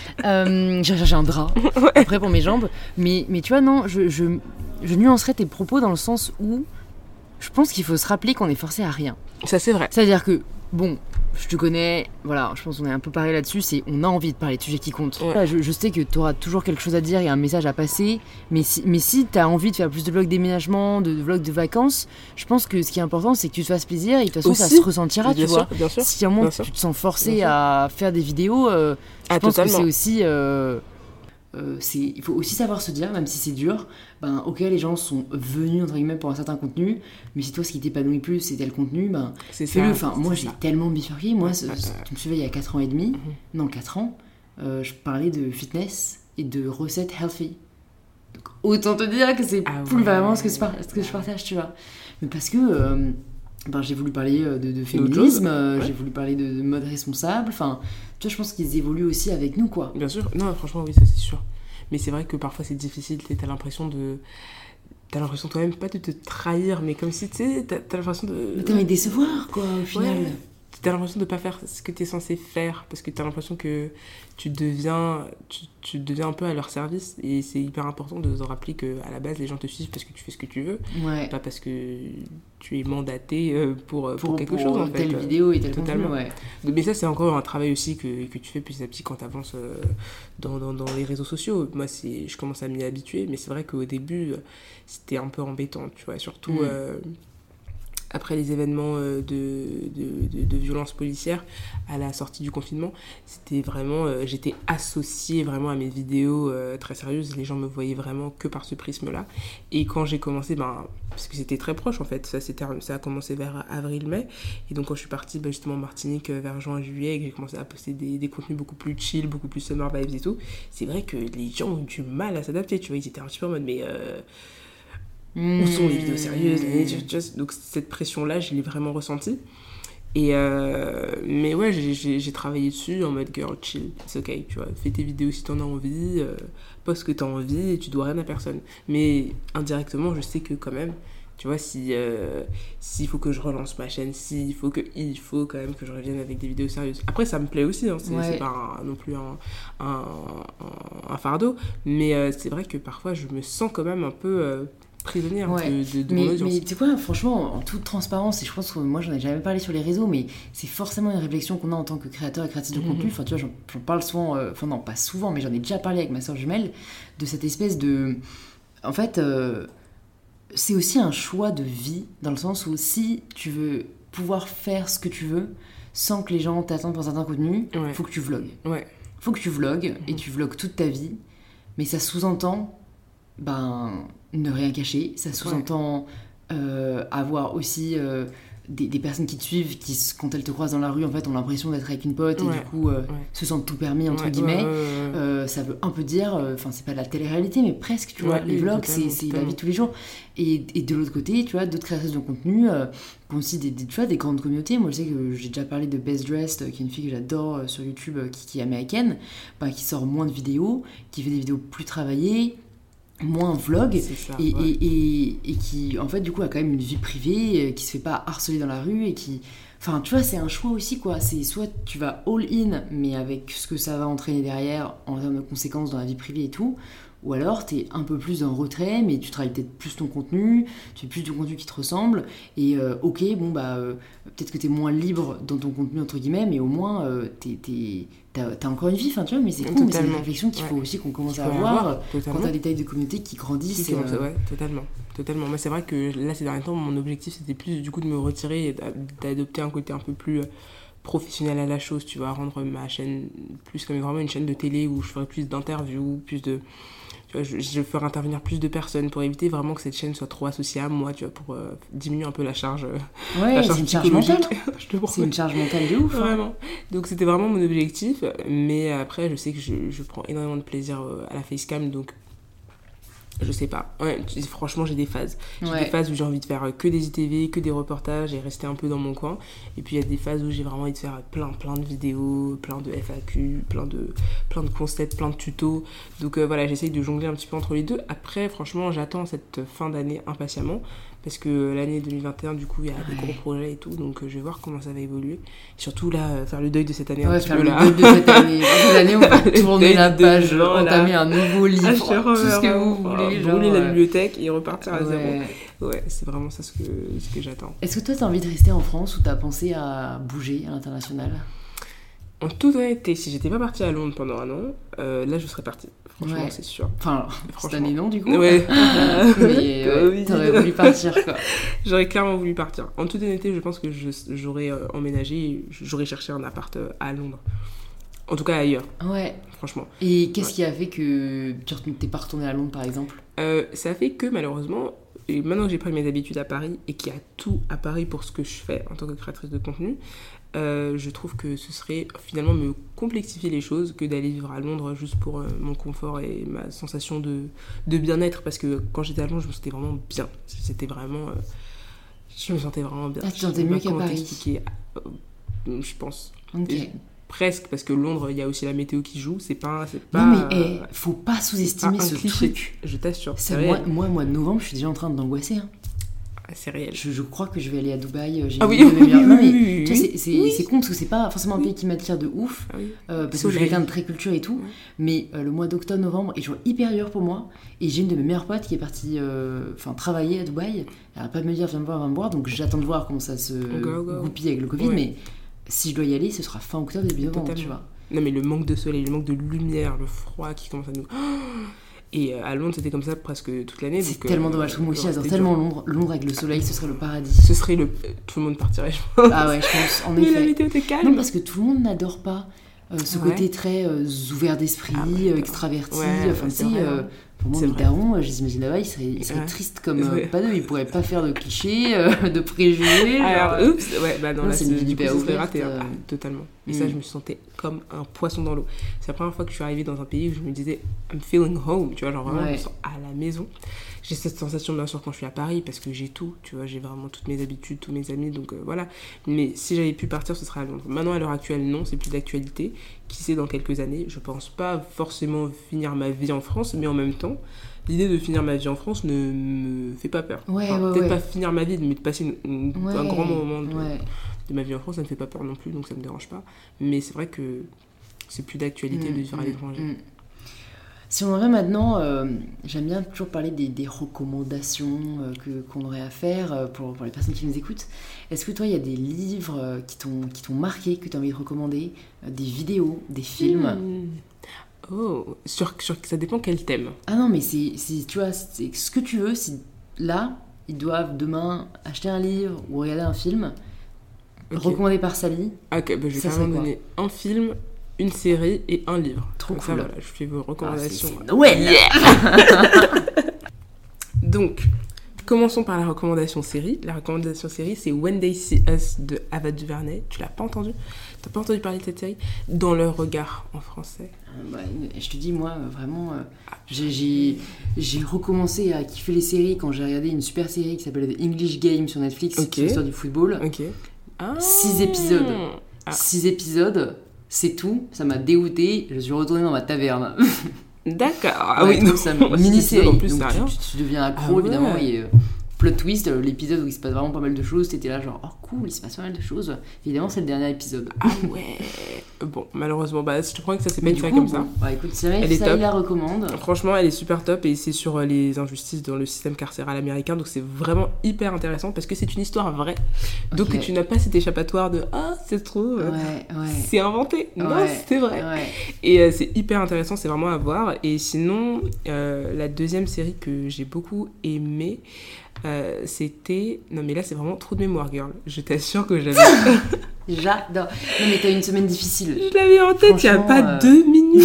J'ai cherché un drap après pour mes jambes. Mais tu vois, non, je nuancerais tes propos dans le sens où je pense qu'il faut se rappeler qu'on est forcé à rien. Ça c'est vrai. C'est-à-dire que, bon, je te connais, voilà, je pense qu'on est un peu pareil là-dessus, c'est on a envie de parler de sujets qui comptent. Ouais. Voilà, je sais que tu auras toujours quelque chose à dire et un message à passer, mais si tu as envie de faire plus de vlogs déménagement, de vlogs de vacances, je pense que ce qui est important, c'est que tu te fasses plaisir et de toute façon, ça se ressentira, tu vois. Bien sûr, si à un moment tu te sens forcé à faire des vidéos, je pense que c'est aussi... il faut aussi savoir se dire, même si c'est dur, ok, les gens sont venus entre guillemets pour un certain contenu, mais si toi ce qui t'épanouit plus c'est tel contenu, fais-le. Enfin, moi j'ai tellement bifurqué. Moi, tu me suivais il y a 4 ans et demi, non 4 ans, je parlais de fitness et de recettes healthy. Donc, autant te dire que c'est plus vraiment ce que je partage, tu vois. Mais parce que j'ai voulu parler de féminisme, j'ai voulu parler de mode responsable. Enfin, tu vois, je pense qu'ils évoluent aussi avec nous, quoi. Bien sûr. Non, franchement, oui, ça c'est sûr. Mais c'est vrai que parfois c'est difficile. T'as l'impression toi-même pas de te trahir, mais comme si, tu sais, t'as l'impression de... Mais t'as envie de décevoir, quoi, au final. Ouais. T'as l'impression de pas faire ce que t'es censé faire, parce que t'as l'impression que tu deviens un peu à leur service, et c'est hyper important de se rappeler qu'à la base les gens te suivent parce que tu fais ce que tu veux, pas parce que tu es mandaté pour quelque chose en fait. Telle vidéo et tel totalement. Contenu, Mais ça c'est encore un travail aussi que tu fais petit à petit quand t'avances dans les réseaux sociaux. Moi je commence à m'y habituer, mais c'est vrai qu'au début c'était un peu embêtant, tu vois, surtout après les événements de violences policières à la sortie du confinement, c'était vraiment j'étais associée vraiment à mes vidéos très sérieuses. Les gens me voyaient vraiment que par ce prisme-là. Et quand j'ai commencé, parce que c'était très proche en fait, ça a commencé vers avril-mai, et donc quand je suis partie justement en Martinique vers juin-juillet, et que j'ai commencé à poster des contenus beaucoup plus chill, beaucoup plus summer vibes et tout, c'est vrai que les gens ont eu du mal à s'adapter, tu vois. Ils étaient un petit peu en mode mais où sont les vidéos sérieuses? Donc cette pression-là, je l'ai vraiment ressentie. Et mais ouais, j'ai travaillé dessus en mode girl, chill, c'est ok, tu vois. Fais tes vidéos si t'en as envie, poste ce que t'as envie, et tu dois rien à personne. Mais indirectement, je sais que quand même, tu vois, s'il faut que je relance ma chaîne, il faut quand même que je revienne avec des vidéos sérieuses. Après, ça me plaît aussi, hein, c'est pas non plus un fardeau, mais c'est vrai que parfois, je me sens quand même un peu... prisonnière de mon audience. Mais tu sais quoi, franchement, en toute transparence, et je pense que moi j'en ai jamais parlé sur les réseaux, mais c'est forcément une réflexion qu'on a en tant que créateur et créatrice de contenu. Enfin, tu vois, j'en parle souvent, enfin non, pas souvent, mais j'en ai déjà parlé avec ma soeur jumelle, de cette espèce de... En fait, c'est aussi un choix de vie, dans le sens où si tu veux pouvoir faire ce que tu veux, sans que les gens t'attendent pour certains contenus, faut que tu vlogues. Faut que tu vlogues, et tu vlogues toute ta vie, mais ça sous-entend... ne rien cacher, ça sous-entend avoir aussi des personnes qui te suivent, qui quand elles te croisent dans la rue en fait ont l'impression d'être avec une pote et du coup se sentent tout permis entre guillemets. Ça veut un peu dire, enfin c'est pas de la télé-réalité mais presque, tu vois, les vlogs c'est la vie de tous les jours, et de l'autre côté tu vois d'autres créatrices de contenu qui ont aussi tu vois, des grandes communautés. Moi je sais que j'ai déjà parlé de Best Dressed, qui est une fille que j'adore sur YouTube, qui est américaine, qui sort moins de vidéos, qui fait des vidéos plus travaillées, moins vlog, et qui en fait du coup a quand même une vie privée, qui se fait pas harceler dans la rue, et qui, enfin tu vois, c'est un choix aussi quoi. C'est soit tu vas all in mais avec ce que ça va entraîner derrière en termes de conséquences dans la vie privée et tout, ou alors t'es un peu plus en retrait mais tu travailles peut-être plus ton contenu, tu fais plus du contenu qui te ressemble, et peut-être que t'es moins libre dans ton contenu entre guillemets, mais au moins t'as encore une vie, enfin tu vois. Mais c'est cool, mais c'est une réflexion qu'il faut aussi qu'on commence à avoir quand t'as des tailles de communauté qui grandissent. Totalement. Moi c'est vrai que là ces derniers temps mon objectif c'était plus du coup de me retirer et d'adopter un côté un peu plus professionnel à la chose, tu vois, rendre ma chaîne plus comme vraiment une chaîne de télé où je ferai plus d'interviews, plus de... Tu vois, je ferai intervenir plus de personnes pour éviter vraiment que cette chaîne soit trop associée à moi, tu vois, pour diminuer un peu la charge c'est une charge mentale. C'est une charge mentale de ouf. Vraiment. Donc c'était vraiment mon objectif, mais après je sais que je prends énormément de plaisir à la facecam, donc je sais pas. Franchement, j'ai des phases. J'ai des phases où j'ai envie de faire que des ITV, que des reportages et rester un peu dans mon coin. Et puis il y a des phases où j'ai vraiment envie de faire plein de vidéos, plein de FAQ, plein de concepts, plein de tutos. Donc j'essaye de jongler un petit peu entre les deux. Après, franchement, j'attends cette fin d'année impatiemment, parce que l'année 2021, du coup, il y a des gros projets et tout, donc je vais voir comment ça va évoluer. Et surtout, là, faire le deuil de cette année un petit peu, là. Faire le deuil de cette année. Cette année, on va tourner la page, entamer un nouveau livre, tout ce que vous voulez. Brûler la bibliothèque et repartir à zéro. Ouais, c'est vraiment ça ce que j'attends. Est-ce que toi, t'as envie de rester en France, ou t'as pensé à bouger à l'international ? En toute honnêteté, si j'étais pas partie à Londres pendant un an, là je serais partie. Franchement, c'est sûr. Enfin, cette année non, du coup. Ouais. Mais t'aurais voulu partir, quoi. J'aurais clairement voulu partir. En toute honnêteté, je pense que j'aurais emménagé, j'aurais cherché un appart à Londres. En tout cas ailleurs, Ouais. franchement. Et qu'est-ce qui a fait que tu t'es pas retournée à Londres, par exemple? Ça fait que malheureusement, et maintenant que j'ai pris mes habitudes à Paris et qu'il y a tout à Paris pour ce que je fais en tant que créatrice de contenu, je trouve que ce serait finalement me complexifier les choses que d'aller vivre à Londres juste pour mon confort et ma sensation de bien-être, parce que quand j'étais à Londres je me sentais vraiment bien, c'était vraiment je me sentais vraiment bien. Tu te sentais mieux qu'à Paris? Je pense. Ok. Presque, parce que Londres, il y a aussi la météo qui joue, c'est pas Non mais faut pas sous-estimer ce truc. Je t'assure, c'est réel. Moi, mois de novembre, je suis déjà en train d'angoisser. Hein. C'est réel. Je crois que je vais aller à Dubaï. Oui. Tu sais, c'est con parce que c'est pas forcément un pays qui m'attire de ouf, parce que je suis quelqu'un de très culture et tout. Mais le mois d'octobre, novembre est toujours hyper dur pour moi. Et j'ai une de mes meilleures potes qui est partie travailler à Dubaï. Elle va pas me dire viens me voir. Donc j'attends de voir comment ça se goupille avec le Covid. Ouais. Mais si je dois y aller, ce sera fin octobre, début novembre, tu vois. Non mais le manque de soleil, le manque de lumière, le froid qui commence à nous... Et à Londres, c'était comme ça presque toute l'année. C'est tellement dommage. Moi aussi, j'adore tellement Londres. Londres avec le soleil, ce serait le paradis. Ce serait tout le monde partirait, je pense. Ah ouais, je pense, en mais effet. la météo était calme. Non, parce que tout le monde n'adore pas ce côté très ouvert d'esprit, extraverti. Enfin, tu sais, pour moi, mes darons, je les imagine là-bas, ils seraient tristes comme pas d'eux. Ils pourraient pas faire de clichés, de préjugés. Alors, oups, ouais, bah non, là, c'est une vie hyper ouverte. Raté, totalement. Et ça, je me sentais comme un poisson dans l'eau. C'est la première fois que je suis arrivée dans un pays où je me disais, I'm feeling home, tu vois, genre vraiment, je me sens à la maison. J'ai cette sensation, bien sûr, quand je suis à Paris, parce que j'ai tout, tu vois, j'ai vraiment toutes mes habitudes, tous mes amis, donc voilà. Mais si j'avais pu partir, ce serait à Londres. Maintenant, à l'heure actuelle, non, c'est plus d'actualité. Qui sait, dans quelques années, je pense pas forcément finir ma vie en France, mais en même temps, l'idée de finir ma vie en France ne me fait pas peur. Peut-être pas finir ma vie, mais de passer un grand moment de ma vie en France, ça me fait pas peur non plus, donc ça me dérange pas. Mais c'est vrai que c'est plus d'actualité de vivre à l'étranger. Si on en vient maintenant, j'aime bien toujours parler des recommandations qu'on aurait à faire pour les personnes qui nous écoutent. Est-ce que toi, il y a des livres qui t'ont marqué, que tu as envie de recommander, des vidéos, des films Oh, ça dépend quel thème. Ah non, mais tu vois, c'est ce que tu veux. Si là, ils doivent demain acheter un livre ou regarder un film, recommandé par Sally. Ok, bah je vais carrément donner un film, une série et un livre. Trop cool. Ça, voilà, je fais vos recommandations. C'est Noël. Donc, commençons par la recommandation série. La recommandation série, c'est When They See Us de Ava DuVernay. Tu l'as pas entendu? T'as pas entendu parler de cette série? Dans leur regard en français. Je te dis, moi, vraiment, j'ai recommencé à kiffer les séries quand j'ai regardé une super série qui s'appelle The English Game sur Netflix, qui est l'histoire du football. 6 épisodes. 6 épisodes, c'est tout. Ça m'a dégoûté. Je suis retournée dans ma taverne. D'accord. Donc c'est une mini-série. En plus, donc tu deviens accro, évidemment. Et plot twist, l'épisode où il se passe vraiment pas mal de choses, t'étais là genre, oh cool, il se passe pas mal de choses. Évidemment, c'est le dernier épisode. Ah ouais. Bon, malheureusement, je te prends que ça s'est pas fait comme ça. Bah écoute, c'est vrai, ça, il la recommande. Franchement, elle est super top et c'est sur les injustices dans le système carcéral américain, donc c'est vraiment hyper intéressant parce que c'est une histoire vraie. Donc tu n'as pas cet échappatoire de c'est trop. C'est inventé. Non, c'est vrai. Et c'est hyper intéressant, c'est vraiment à voir. Et sinon, la deuxième série que j'ai beaucoup aimée, c'était... Non mais là c'est vraiment trop de mémoire, girl. Je t'assure que j'avais... J'adore. Non mais t'as une semaine difficile. Je l'avais en tête il n'y a pas 2 minutes.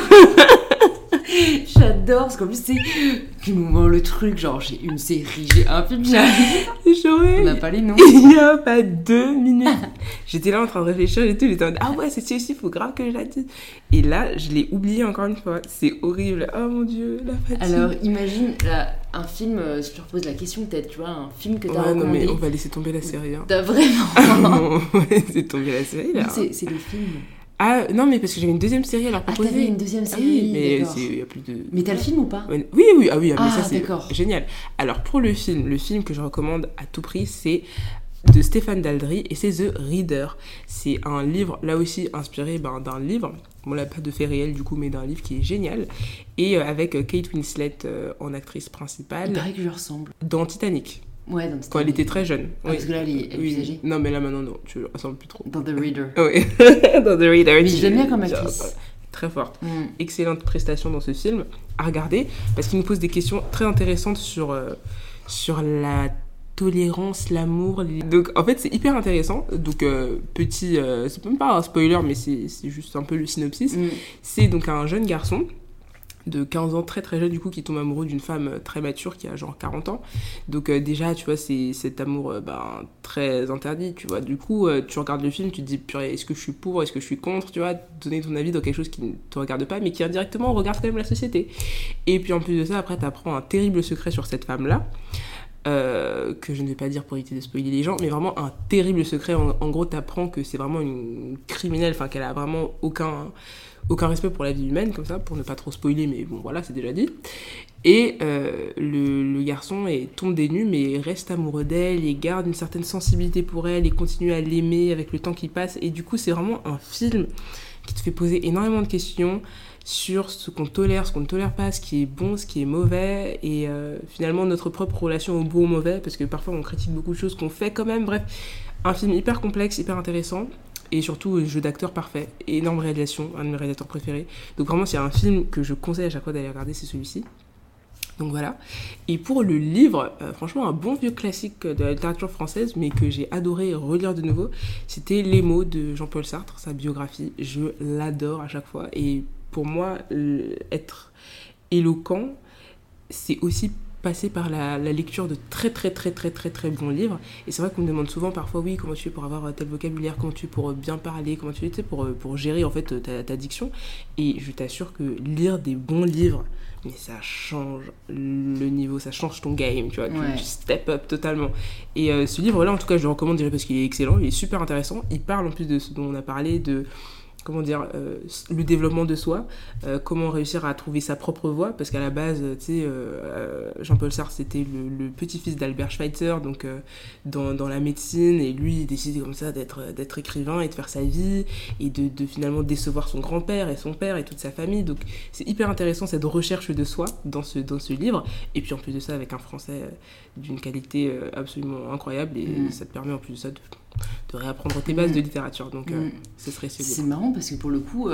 J'adore parce qu'en plus tu nous mens le truc, genre j'ai une série, j'ai un film, on n'a pas les noms. Il n'y a pas 2 minutes. J'étais là en train de réfléchir et tout, j'étais en mode c'est celui-ci, faut grave que je la dise. Et là je l'ai oublié encore une fois, c'est horrible. Oh mon dieu, la fatigue. Alors imagine un film, si je te repose la question peut-être, tu vois, un film que t'as recommandé. Non mais on va laisser tomber la série. T'as vraiment on va laisser tomber la série là. C'est le film. Ah non, mais parce que j'avais une deuxième série à leur proposer. T'avais une deuxième série, mais il y a plus de... Mais t'as le film ou pas? Oui, mais ça c'est génial. Alors pour le film que je recommande à tout prix, c'est de Stéphane Daldry et c'est The Reader. C'est un livre, là aussi inspiré d'un livre, bon là pas de fait réel du coup, mais d'un livre qui est génial, et avec Kate Winslet en actrice principale. Il paraît que je ressemble. Dans Titanic. Ouais, dans Titanic. Quand elle était très jeune. Parce que là, elle est plus âgée. Non, mais là, maintenant, non, tu ressembles plus trop. Dans The Reader. Oui, dans The Reader. Mais j'aime bien comme actrice. Très forte. Excellente prestation dans ce film à regarder, parce qu'il nous pose des questions très intéressantes sur la tolérance, l'amour. Donc en fait c'est hyper intéressant. Donc petit, c'est même pas un spoiler mais c'est juste un peu le synopsis. C'est donc un jeune garçon de 15 ans, très très jeune du coup, qui tombe amoureux d'une femme très mature qui a genre 40 ans. Donc déjà, tu vois, c'est cet amour très interdit, tu vois. Du coup, tu regardes le film, tu te dis, purée, est-ce que je suis pour, est-ce que je suis contre, tu vois, donner ton avis dans quelque chose qui ne te regarde pas, mais qui indirectement regarde quand même la société. Et puis en plus de ça, après, t'apprends un terrible secret sur cette femme-là, que je ne vais pas dire pour éviter de spoiler les gens, mais vraiment un terrible secret. En gros, t'apprends que c'est vraiment une criminelle, enfin qu'elle a vraiment aucun respect pour la vie humaine, comme ça, pour ne pas trop spoiler, mais bon, voilà, c'est déjà dit. Et le garçon tombe des nues, mais reste amoureux d'elle, et garde une certaine sensibilité pour elle, et continue à l'aimer avec le temps qui passe. Et du coup, c'est vraiment un film qui te fait poser énormément de questions sur ce qu'on tolère, ce qu'on ne tolère pas, ce qui est bon, ce qui est mauvais, et finalement notre propre relation au bon ou au mauvais, parce que parfois on critique beaucoup de choses qu'on fait quand même. Bref, un film hyper complexe, hyper intéressant. Et surtout, jeu d'acteur parfait, énorme réalisation, un de mes réalisateurs préférés. Donc vraiment, s'il y a un film que je conseille à chaque fois d'aller regarder, c'est celui-ci. Donc voilà. Et pour le livre, franchement, un bon vieux classique de la littérature française, mais que j'ai adoré relire de nouveau, c'était Les mots de Jean-Paul Sartre, sa biographie. Je l'adore à chaque fois. Et pour moi, être éloquent, c'est aussi passer par la lecture de très très très très très très bons livres. Et c'est vrai qu'on me demande souvent parfois, oui, comment tu fais pour avoir tel vocabulaire, comment tu fais pour bien parler, comment tu fais pour gérer en fait ta diction. Et je t'assure que lire des bons livres, mais ça change le niveau, ça change ton game, tu vois, tu step up totalement. Et ce livre-là, en tout cas, je le recommande déjà parce qu'il est excellent, il est super intéressant. Il parle en plus de ce dont on a parlé, de comment dire, le développement de soi, comment réussir à trouver sa propre voie, parce qu'à la base, tu sais, Jean-Paul Sartre, c'était le petit-fils d'Albert Schweitzer, donc dans la médecine, et lui, il décide comme ça d'être écrivain et de faire sa vie, et de finalement décevoir son grand-père et son père et toute sa famille. Donc c'est hyper intéressant cette recherche de soi dans ce livre, et puis en plus de ça, avec un français d'une qualité absolument incroyable, et ça te permet en plus de ça de réapprendre tes bases de littérature. Donc ce serait ce livre. C'est marrant parce que pour le coup,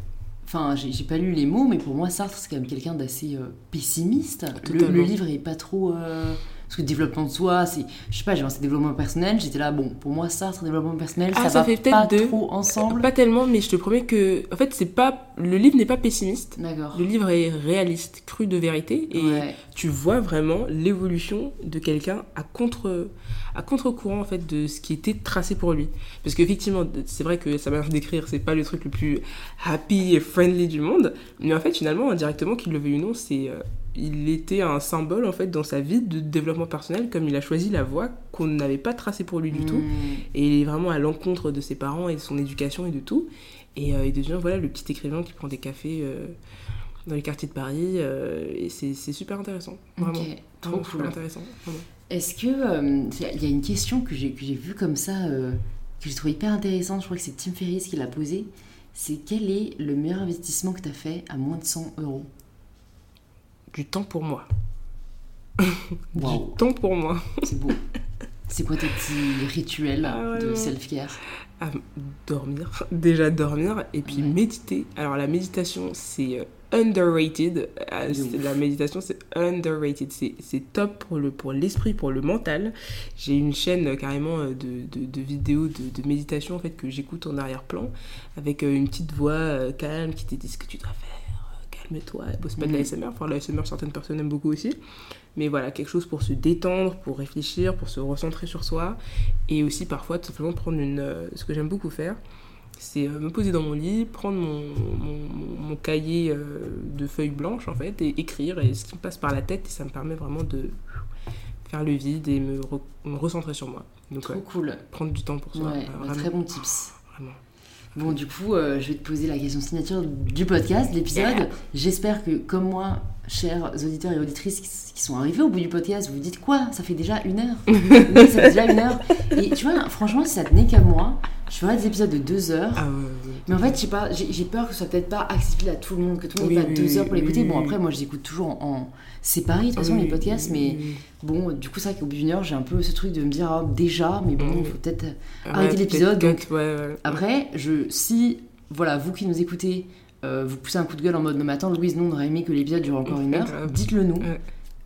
j'ai pas lu les mots, mais pour moi Sartre c'est quand même quelqu'un d'assez pessimiste. Le livre est pas trop parce que développement de soi, c'est, je sais pas, j'ai lancé développement personnel, j'étais là, bon, pour moi Sartre développement personnel, ça va fait pas trop ensemble. Pas tellement, mais je te promets que en fait le livre n'est pas pessimiste. D'accord. Le livre est réaliste, cru de vérité, et tu vois vraiment l'évolution de quelqu'un à contre-courant en fait de ce qui était tracé pour lui. Parce qu'effectivement, c'est vrai que sa manière d'écrire, c'est pas le truc le plus happy et friendly du monde, mais en fait finalement, indirectement, qu'il le veuille ou non, il était un symbole en fait dans sa vie de développement personnel, comme il a choisi la voie qu'on n'avait pas tracée pour lui du tout, et il est vraiment à l'encontre de ses parents et de son éducation et de tout, et il devient voilà le petit écrivain qui prend des cafés dans les quartiers de Paris, et c'est super intéressant, vraiment. Okay, trop cool. Super intéressant, vraiment. Est-ce que il y a une question que j'ai vue comme ça, que j'ai trouvé hyper intéressante, je crois que c'est Tim Ferriss qui l'a posée, c'est quel est le meilleur investissement que tu as fait à moins de 100 €? Du temps pour moi. Wow. Du temps pour moi. C'est beau. C'est quoi tes petits rituels de self-care? Dormir. Déjà dormir. Et puis méditer. Alors la méditation, c'est underrated. La méditation, c'est underrated. C'est top pour l'esprit, pour le mental. J'ai une chaîne carrément de vidéos de méditation en fait, que j'écoute en arrière-plan avec une petite voix calme qui te dit ce que tu dois faire. Calme-toi, c'est pas de l'ASMR, enfin l'ASMR certaines personnes aiment beaucoup aussi, mais voilà, quelque chose pour se détendre, pour réfléchir, pour se recentrer sur soi, et aussi parfois tout simplement prendre ce que j'aime beaucoup faire, c'est me poser dans mon lit, prendre mon cahier de feuilles blanches en fait, et écrire, et ce qui me passe par la tête, et ça me permet vraiment de faire le vide et me recentrer sur moi. Donc trop cool. Prendre du temps pour soi. Très bon tips. Vraiment. Bon, du coup, je vais te poser la question signature du podcast, de l'épisode. Yeah. J'espère que, comme moi, chers auditeurs et auditrices qui sont arrivés au bout du podcast, vous vous dites quoi? Ça fait déjà 1 heure. Oui, ça fait déjà 1 heure. Et tu vois, franchement, si ça tenait qu'à moi, je ferais des épisodes de 2 heures. Mais en fait, je sais pas, j'ai peur que ce soit peut-être pas accessible à tout le monde, que tout le monde n'ait pas 2 heures pour l'écouter. Bon, après, moi, je les écoute toujours en séparé, de toute façon, les podcasts. Mais bon, du coup, c'est vrai qu'au bout d'1 heure, j'ai un peu ce truc de me dire déjà, mais bon, il faut peut-être arrêter l'épisode. Donc, après, si, voilà, vous qui nous écoutez, vous poussez un coup de gueule en mode, non, mais attends, Louise, nous, on aurait aimé que l'épisode dure encore 1 heure, dites-le nous.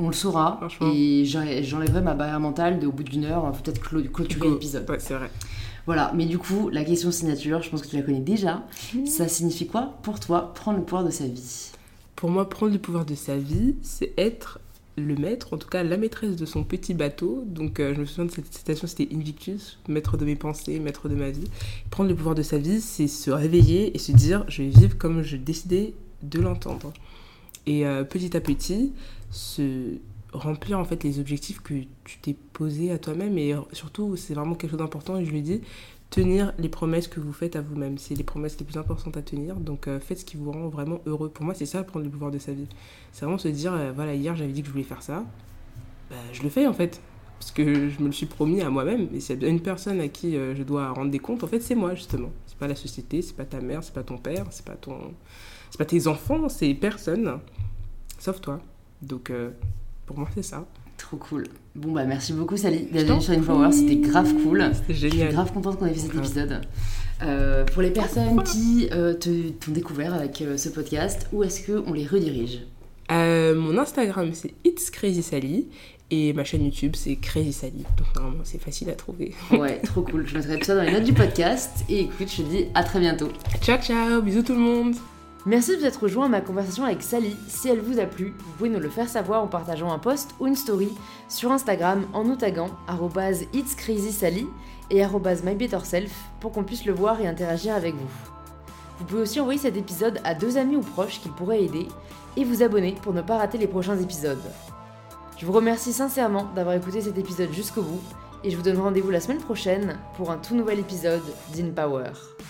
On le saura, et j'enlèverai ma barrière mentale au bout d'une heure, peut-être clôturer l'épisode. Ouais, c'est vrai. Voilà, mais du coup, la question signature, je pense que tu la connais déjà. Ça signifie quoi pour toi, prendre le pouvoir de sa vie ? Pour moi, prendre le pouvoir de sa vie, c'est être le maître, en tout cas la maîtresse de son petit bateau. Donc je me souviens de cette citation, c'était Invictus, maître de mes pensées, maître de ma vie. Prendre le pouvoir de sa vie, c'est se réveiller et se dire je vais vivre comme je décidais de l'entendre. Et petit à petit, se remplir en fait les objectifs que tu t'es posés à toi-même, et surtout c'est vraiment quelque chose d'important, et je le dis, tenir les promesses que vous faites à vous-même, c'est les promesses les plus importantes à tenir. Donc faites ce qui vous rend vraiment heureux. Pour moi c'est ça, prendre le pouvoir de sa vie, c'est vraiment se dire voilà, hier j'avais dit que je voulais faire ça, je le fais en fait parce que je me le suis promis à moi-même. Et s'il y a une personne à qui je dois rendre des comptes, en fait c'est moi justement, c'est pas la société, c'est pas ta mère, c'est pas ton père, c'est pas tes enfants, c'est personne sauf toi. Donc pour moi c'est ça. Trop cool. Bon merci beaucoup Sally d'être venue sur InPower, c'était grave cool. C'était génial. Je suis grave contente qu'on ait fait cet épisode. Pour les personnes qui t'ont découvert avec ce podcast, où est-ce qu'on les redirige ? Mon Instagram c'est It's Crazy Sally et ma chaîne YouTube c'est Crazy Sally. Donc normalement c'est facile à trouver. Ouais, trop cool. Je mettrai tout ça dans les notes du podcast. Et écoute, je te dis à très bientôt. Ciao ciao, bisous tout le monde. Merci de vous être rejoint à ma conversation avec Sally. Si elle vous a plu, vous pouvez nous le faire savoir en partageant un post ou une story sur Instagram en nous taguant @itscrazysally et @mybetterself pour qu'on puisse le voir et interagir avec vous. Vous pouvez aussi envoyer cet épisode à 2 amis ou proches qui pourraient aider et vous abonner pour ne pas rater les prochains épisodes. Je vous remercie sincèrement d'avoir écouté cet épisode jusqu'au bout et je vous donne rendez-vous la semaine prochaine pour un tout nouvel épisode d'InPower.